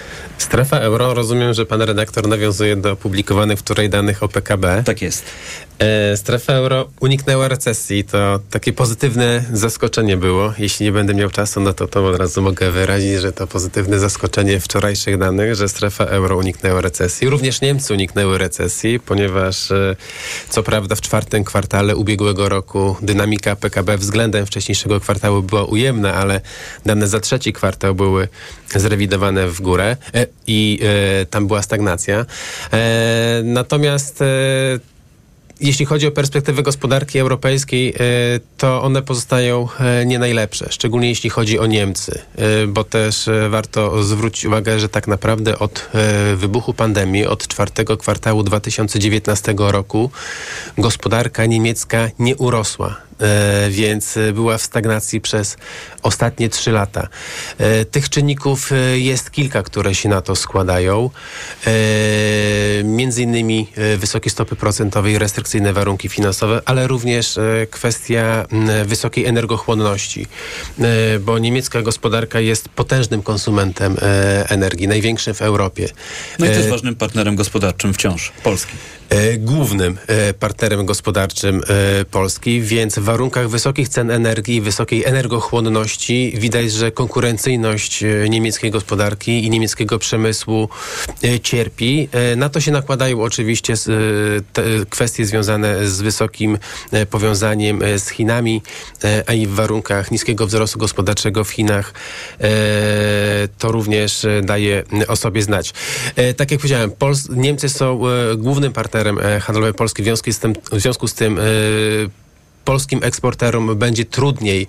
Strefa euro, rozumiem, że pan redaktor nawiązuje do publikowanych wczoraj danych o PKB. Tak jest. Strefa euro uniknęła recesji. To takie pozytywne zaskoczenie było. Jeśli nie będę miał czasu, no to od razu mogę wyrazić, że to pozytywne zaskoczenie wczorajszych danych, że strefa euro uniknęła recesji. Również Niemcy uniknęły recesji, ponieważ co prawda w czwartym kwartale ubiegłego roku dynamika PKB względem wcześniejszego kwartału była ujemna, ale dane za trzeci kwartał były zrewidowane w górę i tam była stagnacja. Natomiast jeśli chodzi o perspektywę gospodarki europejskiej, to one pozostają nie najlepsze, szczególnie jeśli chodzi o Niemcy, bo też warto zwrócić uwagę, że tak naprawdę od wybuchu pandemii, od czwartego kwartału 2019 roku gospodarka niemiecka nie urosła. Więc była w stagnacji przez ostatnie 3 lata. Tych czynników jest kilka, które się na to składają. Między innymi wysokie stopy procentowe i restrykcyjne warunki finansowe, ale również kwestia wysokiej energochłonności, bo niemiecka gospodarka jest potężnym konsumentem energii, największym w Europie. No i też ważnym partnerem gospodarczym wciąż Polski. Głównym partnerem gospodarczym Polski, więc w warunkach wysokich cen energii, wysokiej energochłonności widać, że konkurencyjność niemieckiej gospodarki i niemieckiego przemysłu cierpi. Na to się nakładają oczywiście kwestie związane z wysokim powiązaniem z Chinami, a i w warunkach niskiego wzrostu gospodarczego w Chinach to również daje o sobie znać. Tak jak powiedziałem, Niemcy są głównym partnerem handlowym Polski, w związku z tym polskim eksporterom będzie trudniej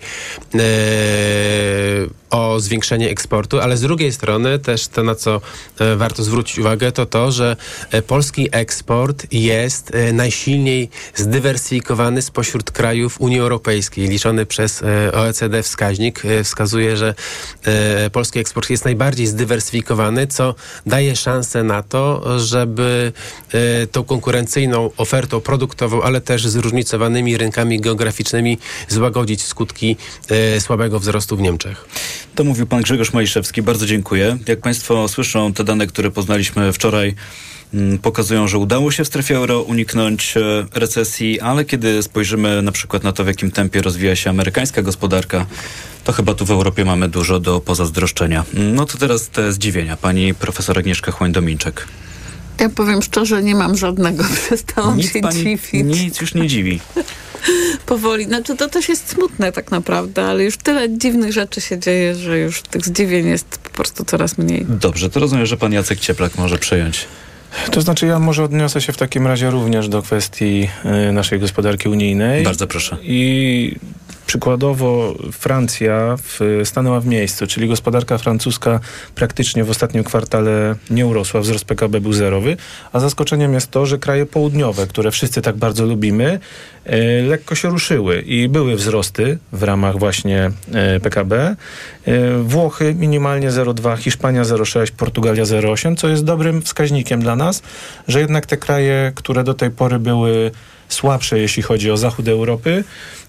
o zwiększenie eksportu, ale z drugiej strony też to, na co warto zwrócić uwagę, to to, że polski eksport jest najsilniej zdywersyfikowany spośród krajów Unii Europejskiej. Liczony przez OECD wskaźnik wskazuje, że polski eksport jest najbardziej zdywersyfikowany, co daje szansę na to, żeby tą konkurencyjną ofertą produktową, ale też zróżnicowanymi rynkami geograficznymi złagodzić skutki słabego wzrostu w Niemczech. To mówił pan Grzegorz Maliszewski. Bardzo dziękuję. Jak państwo słyszą, te dane, które poznaliśmy wczoraj, pokazują, że udało się w strefie euro uniknąć recesji, ale kiedy spojrzymy na przykład na to, w jakim tempie rozwija się amerykańska gospodarka, to chyba tu w Europie mamy dużo do pozazdroszczenia. No to teraz te zdziwienia. Pani profesor Agnieszka Chłoń-Dominczek. Ja powiem szczerze, nie mam żadnego. Przestałam się dziwić. Nic już nie dziwi. Powoli. Znaczy to też jest smutne tak naprawdę, ale już tyle dziwnych rzeczy się dzieje, że już tych zdziwień jest po prostu coraz mniej. Dobrze, to rozumiem, że pan Jacek Cieplak może przejąć. To znaczy ja może odniosę się w takim razie również do kwestii naszej unijnej. Bardzo proszę. I przykładowo Francja stanęła w miejscu, czyli gospodarka francuska praktycznie w ostatnim kwartale nie urosła, wzrost PKB był zerowy, a zaskoczeniem jest to, że kraje południowe, które wszyscy tak bardzo lubimy, lekko się ruszyły i były wzrosty w ramach właśnie PKB. Włochy minimalnie 0,2, Hiszpania 0,6, Portugalia 0,8, co jest dobrym wskaźnikiem dla nas, że jednak te kraje, które do tej pory były słabsze, jeśli chodzi o zachód Europy,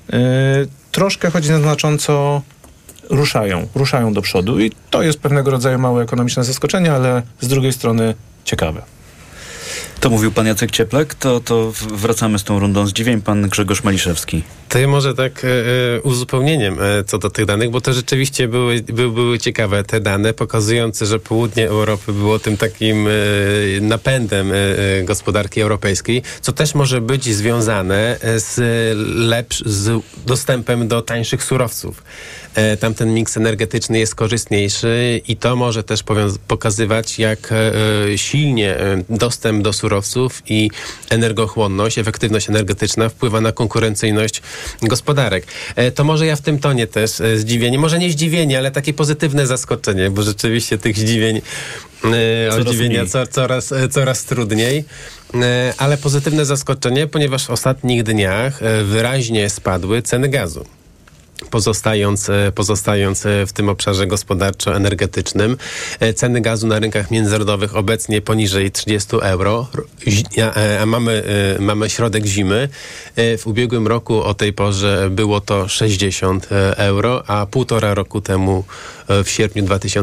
troszkę, choć nieznacząco, ruszają do przodu i to jest pewnego rodzaju małe ekonomiczne zaskoczenie, ale z drugiej strony ciekawe. To mówił pan Jacek Cieplak, to wracamy z tą rundą zdziwień. Pan Grzegorz Maliszewski. To ja może tak uzupełnieniem co do tych danych, bo to rzeczywiście były ciekawe te dane, pokazujące, że południe Europy było tym takim napędem gospodarki europejskiej, co też może być związane z dostępem do tańszych surowców. Tamten miks energetyczny jest korzystniejszy i to może też pokazywać, jak silnie dostęp do surowców i energochłonność, efektywność energetyczna wpływa na konkurencyjność gospodarek. To może ja w tym tonie też zdziwienie, może nie zdziwienie, ale takie pozytywne zaskoczenie, bo rzeczywiście tych zdziwienia coraz trudniej. Ale pozytywne zaskoczenie, ponieważ w ostatnich dniach wyraźnie spadły ceny gazu. Pozostając w tym obszarze gospodarczo-energetycznym. Ceny gazu na rynkach międzynarodowych obecnie poniżej 30 euro, a mamy środek zimy. W ubiegłym roku o tej porze było to 60 euro, a 1,5 roku temu w sierpniu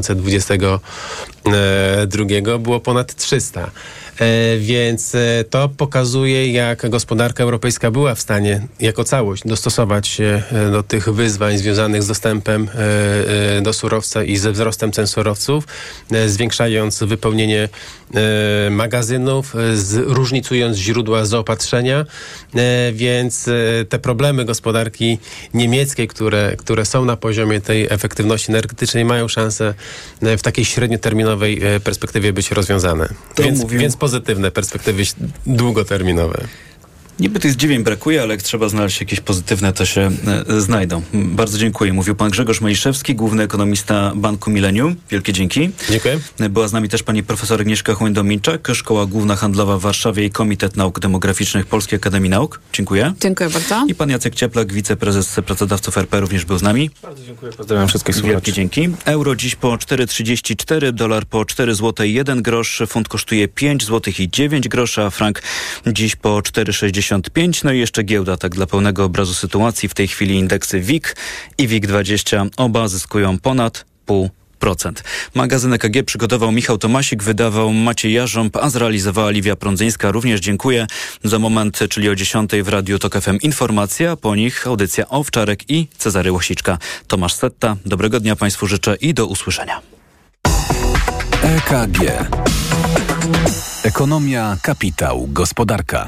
2022 było ponad 300. Więc to pokazuje, jak gospodarka europejska była w stanie jako całość dostosować się do tych wyzwań związanych z dostępem do surowca i ze wzrostem cen surowców, zwiększając wypełnienie magazynów, różnicując źródła zaopatrzenia, więc te problemy gospodarki niemieckiej, które są na poziomie tej efektywności energetycznej, mają szansę w takiej średnioterminowej perspektywie być rozwiązane. Więc pozytywne perspektywy długoterminowe. Niby tych zdziwień brakuje, ale jak trzeba znaleźć jakieś pozytywne, to się znajdą. Bardzo dziękuję. Mówił pan Grzegorz Maliszewski, główny ekonomista Banku Millennium. Wielkie dzięki. Dziękuję. Była z nami też pani profesor Agnieszka Chłędominczak, Szkoła Główna Handlowa w Warszawie i Komitet Nauk Demograficznych Polskiej Akademii Nauk. Dziękuję. Dziękuję bardzo. I pan Jacek Cieplak, wiceprezes Pracodawców RP, również był z nami. Bardzo dziękuję. Pozdrawiam wszystkich słuchaczy. Wielkie dzięki. Euro dziś po 4,34, dolar po 4 zł 1 grosz, funt kosztuje 5 zł i 9 groszy, a frank dziś po 4,65. No i jeszcze giełda, tak dla pełnego obrazu sytuacji. W tej chwili indeksy WIG i WIG20 oba zyskują ponad 0,5%. Magazyn EKG przygotował Michał Tomasik, wydawał Maciej Jarząb, a zrealizowała Liwia Prądzyńska. Również dziękuję. Za moment, czyli o 10 w Radiu TOK FM informacja, a po nich audycja Owczarek i Cezary Łasiczka. Tomasz Setta. Dobrego dnia Państwu życzę i do usłyszenia. EKG. Ekonomia, kapitał, gospodarka.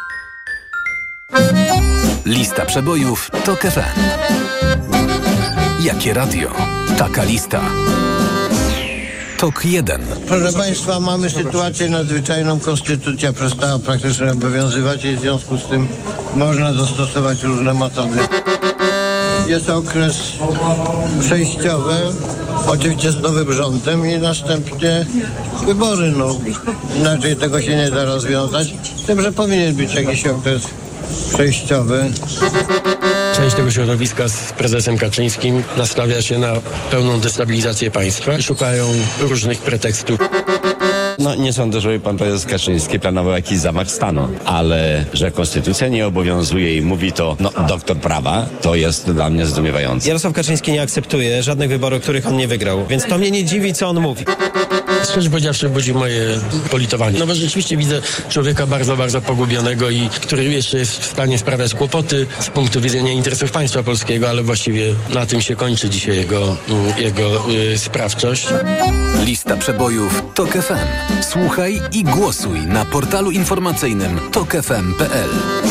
Lista przebojów TOK FM. Jakie radio? Taka lista. TOK 1. Proszę Państwa, mamy sytuację nadzwyczajną. Konstytucja przestała praktycznie obowiązywać i w związku z tym można zastosować różne metody. Jest okres przejściowy, oczywiście z nowym rządem i następnie wybory. Inaczej tego się nie da rozwiązać. Z tym, że powinien być jakiś okres przejściowy. Część tego środowiska z prezesem Kaczyńskim nastawia się na pełną destabilizację państwa. Szukają różnych pretekstów. Nie sądzę, żeby pan prezes Kaczyński planował jakiś zamach stanu, ale że konstytucja nie obowiązuje i mówi to doktor prawa, to jest dla mnie zdumiewające. Jarosław Kaczyński nie akceptuje żadnych wyborów, których on nie wygrał, więc to mnie nie dziwi, co on mówi. Szczerze powiedziawszy, budzi moje politowanie. Bo rzeczywiście widzę człowieka bardzo, bardzo pogubionego i który jeszcze jest w stanie sprawiać kłopoty z punktu widzenia interesów państwa polskiego, ale właściwie na tym się kończy dzisiaj jego sprawczość. Lista przebojów TOK FM. Słuchaj i głosuj na portalu informacyjnym tokfm.pl.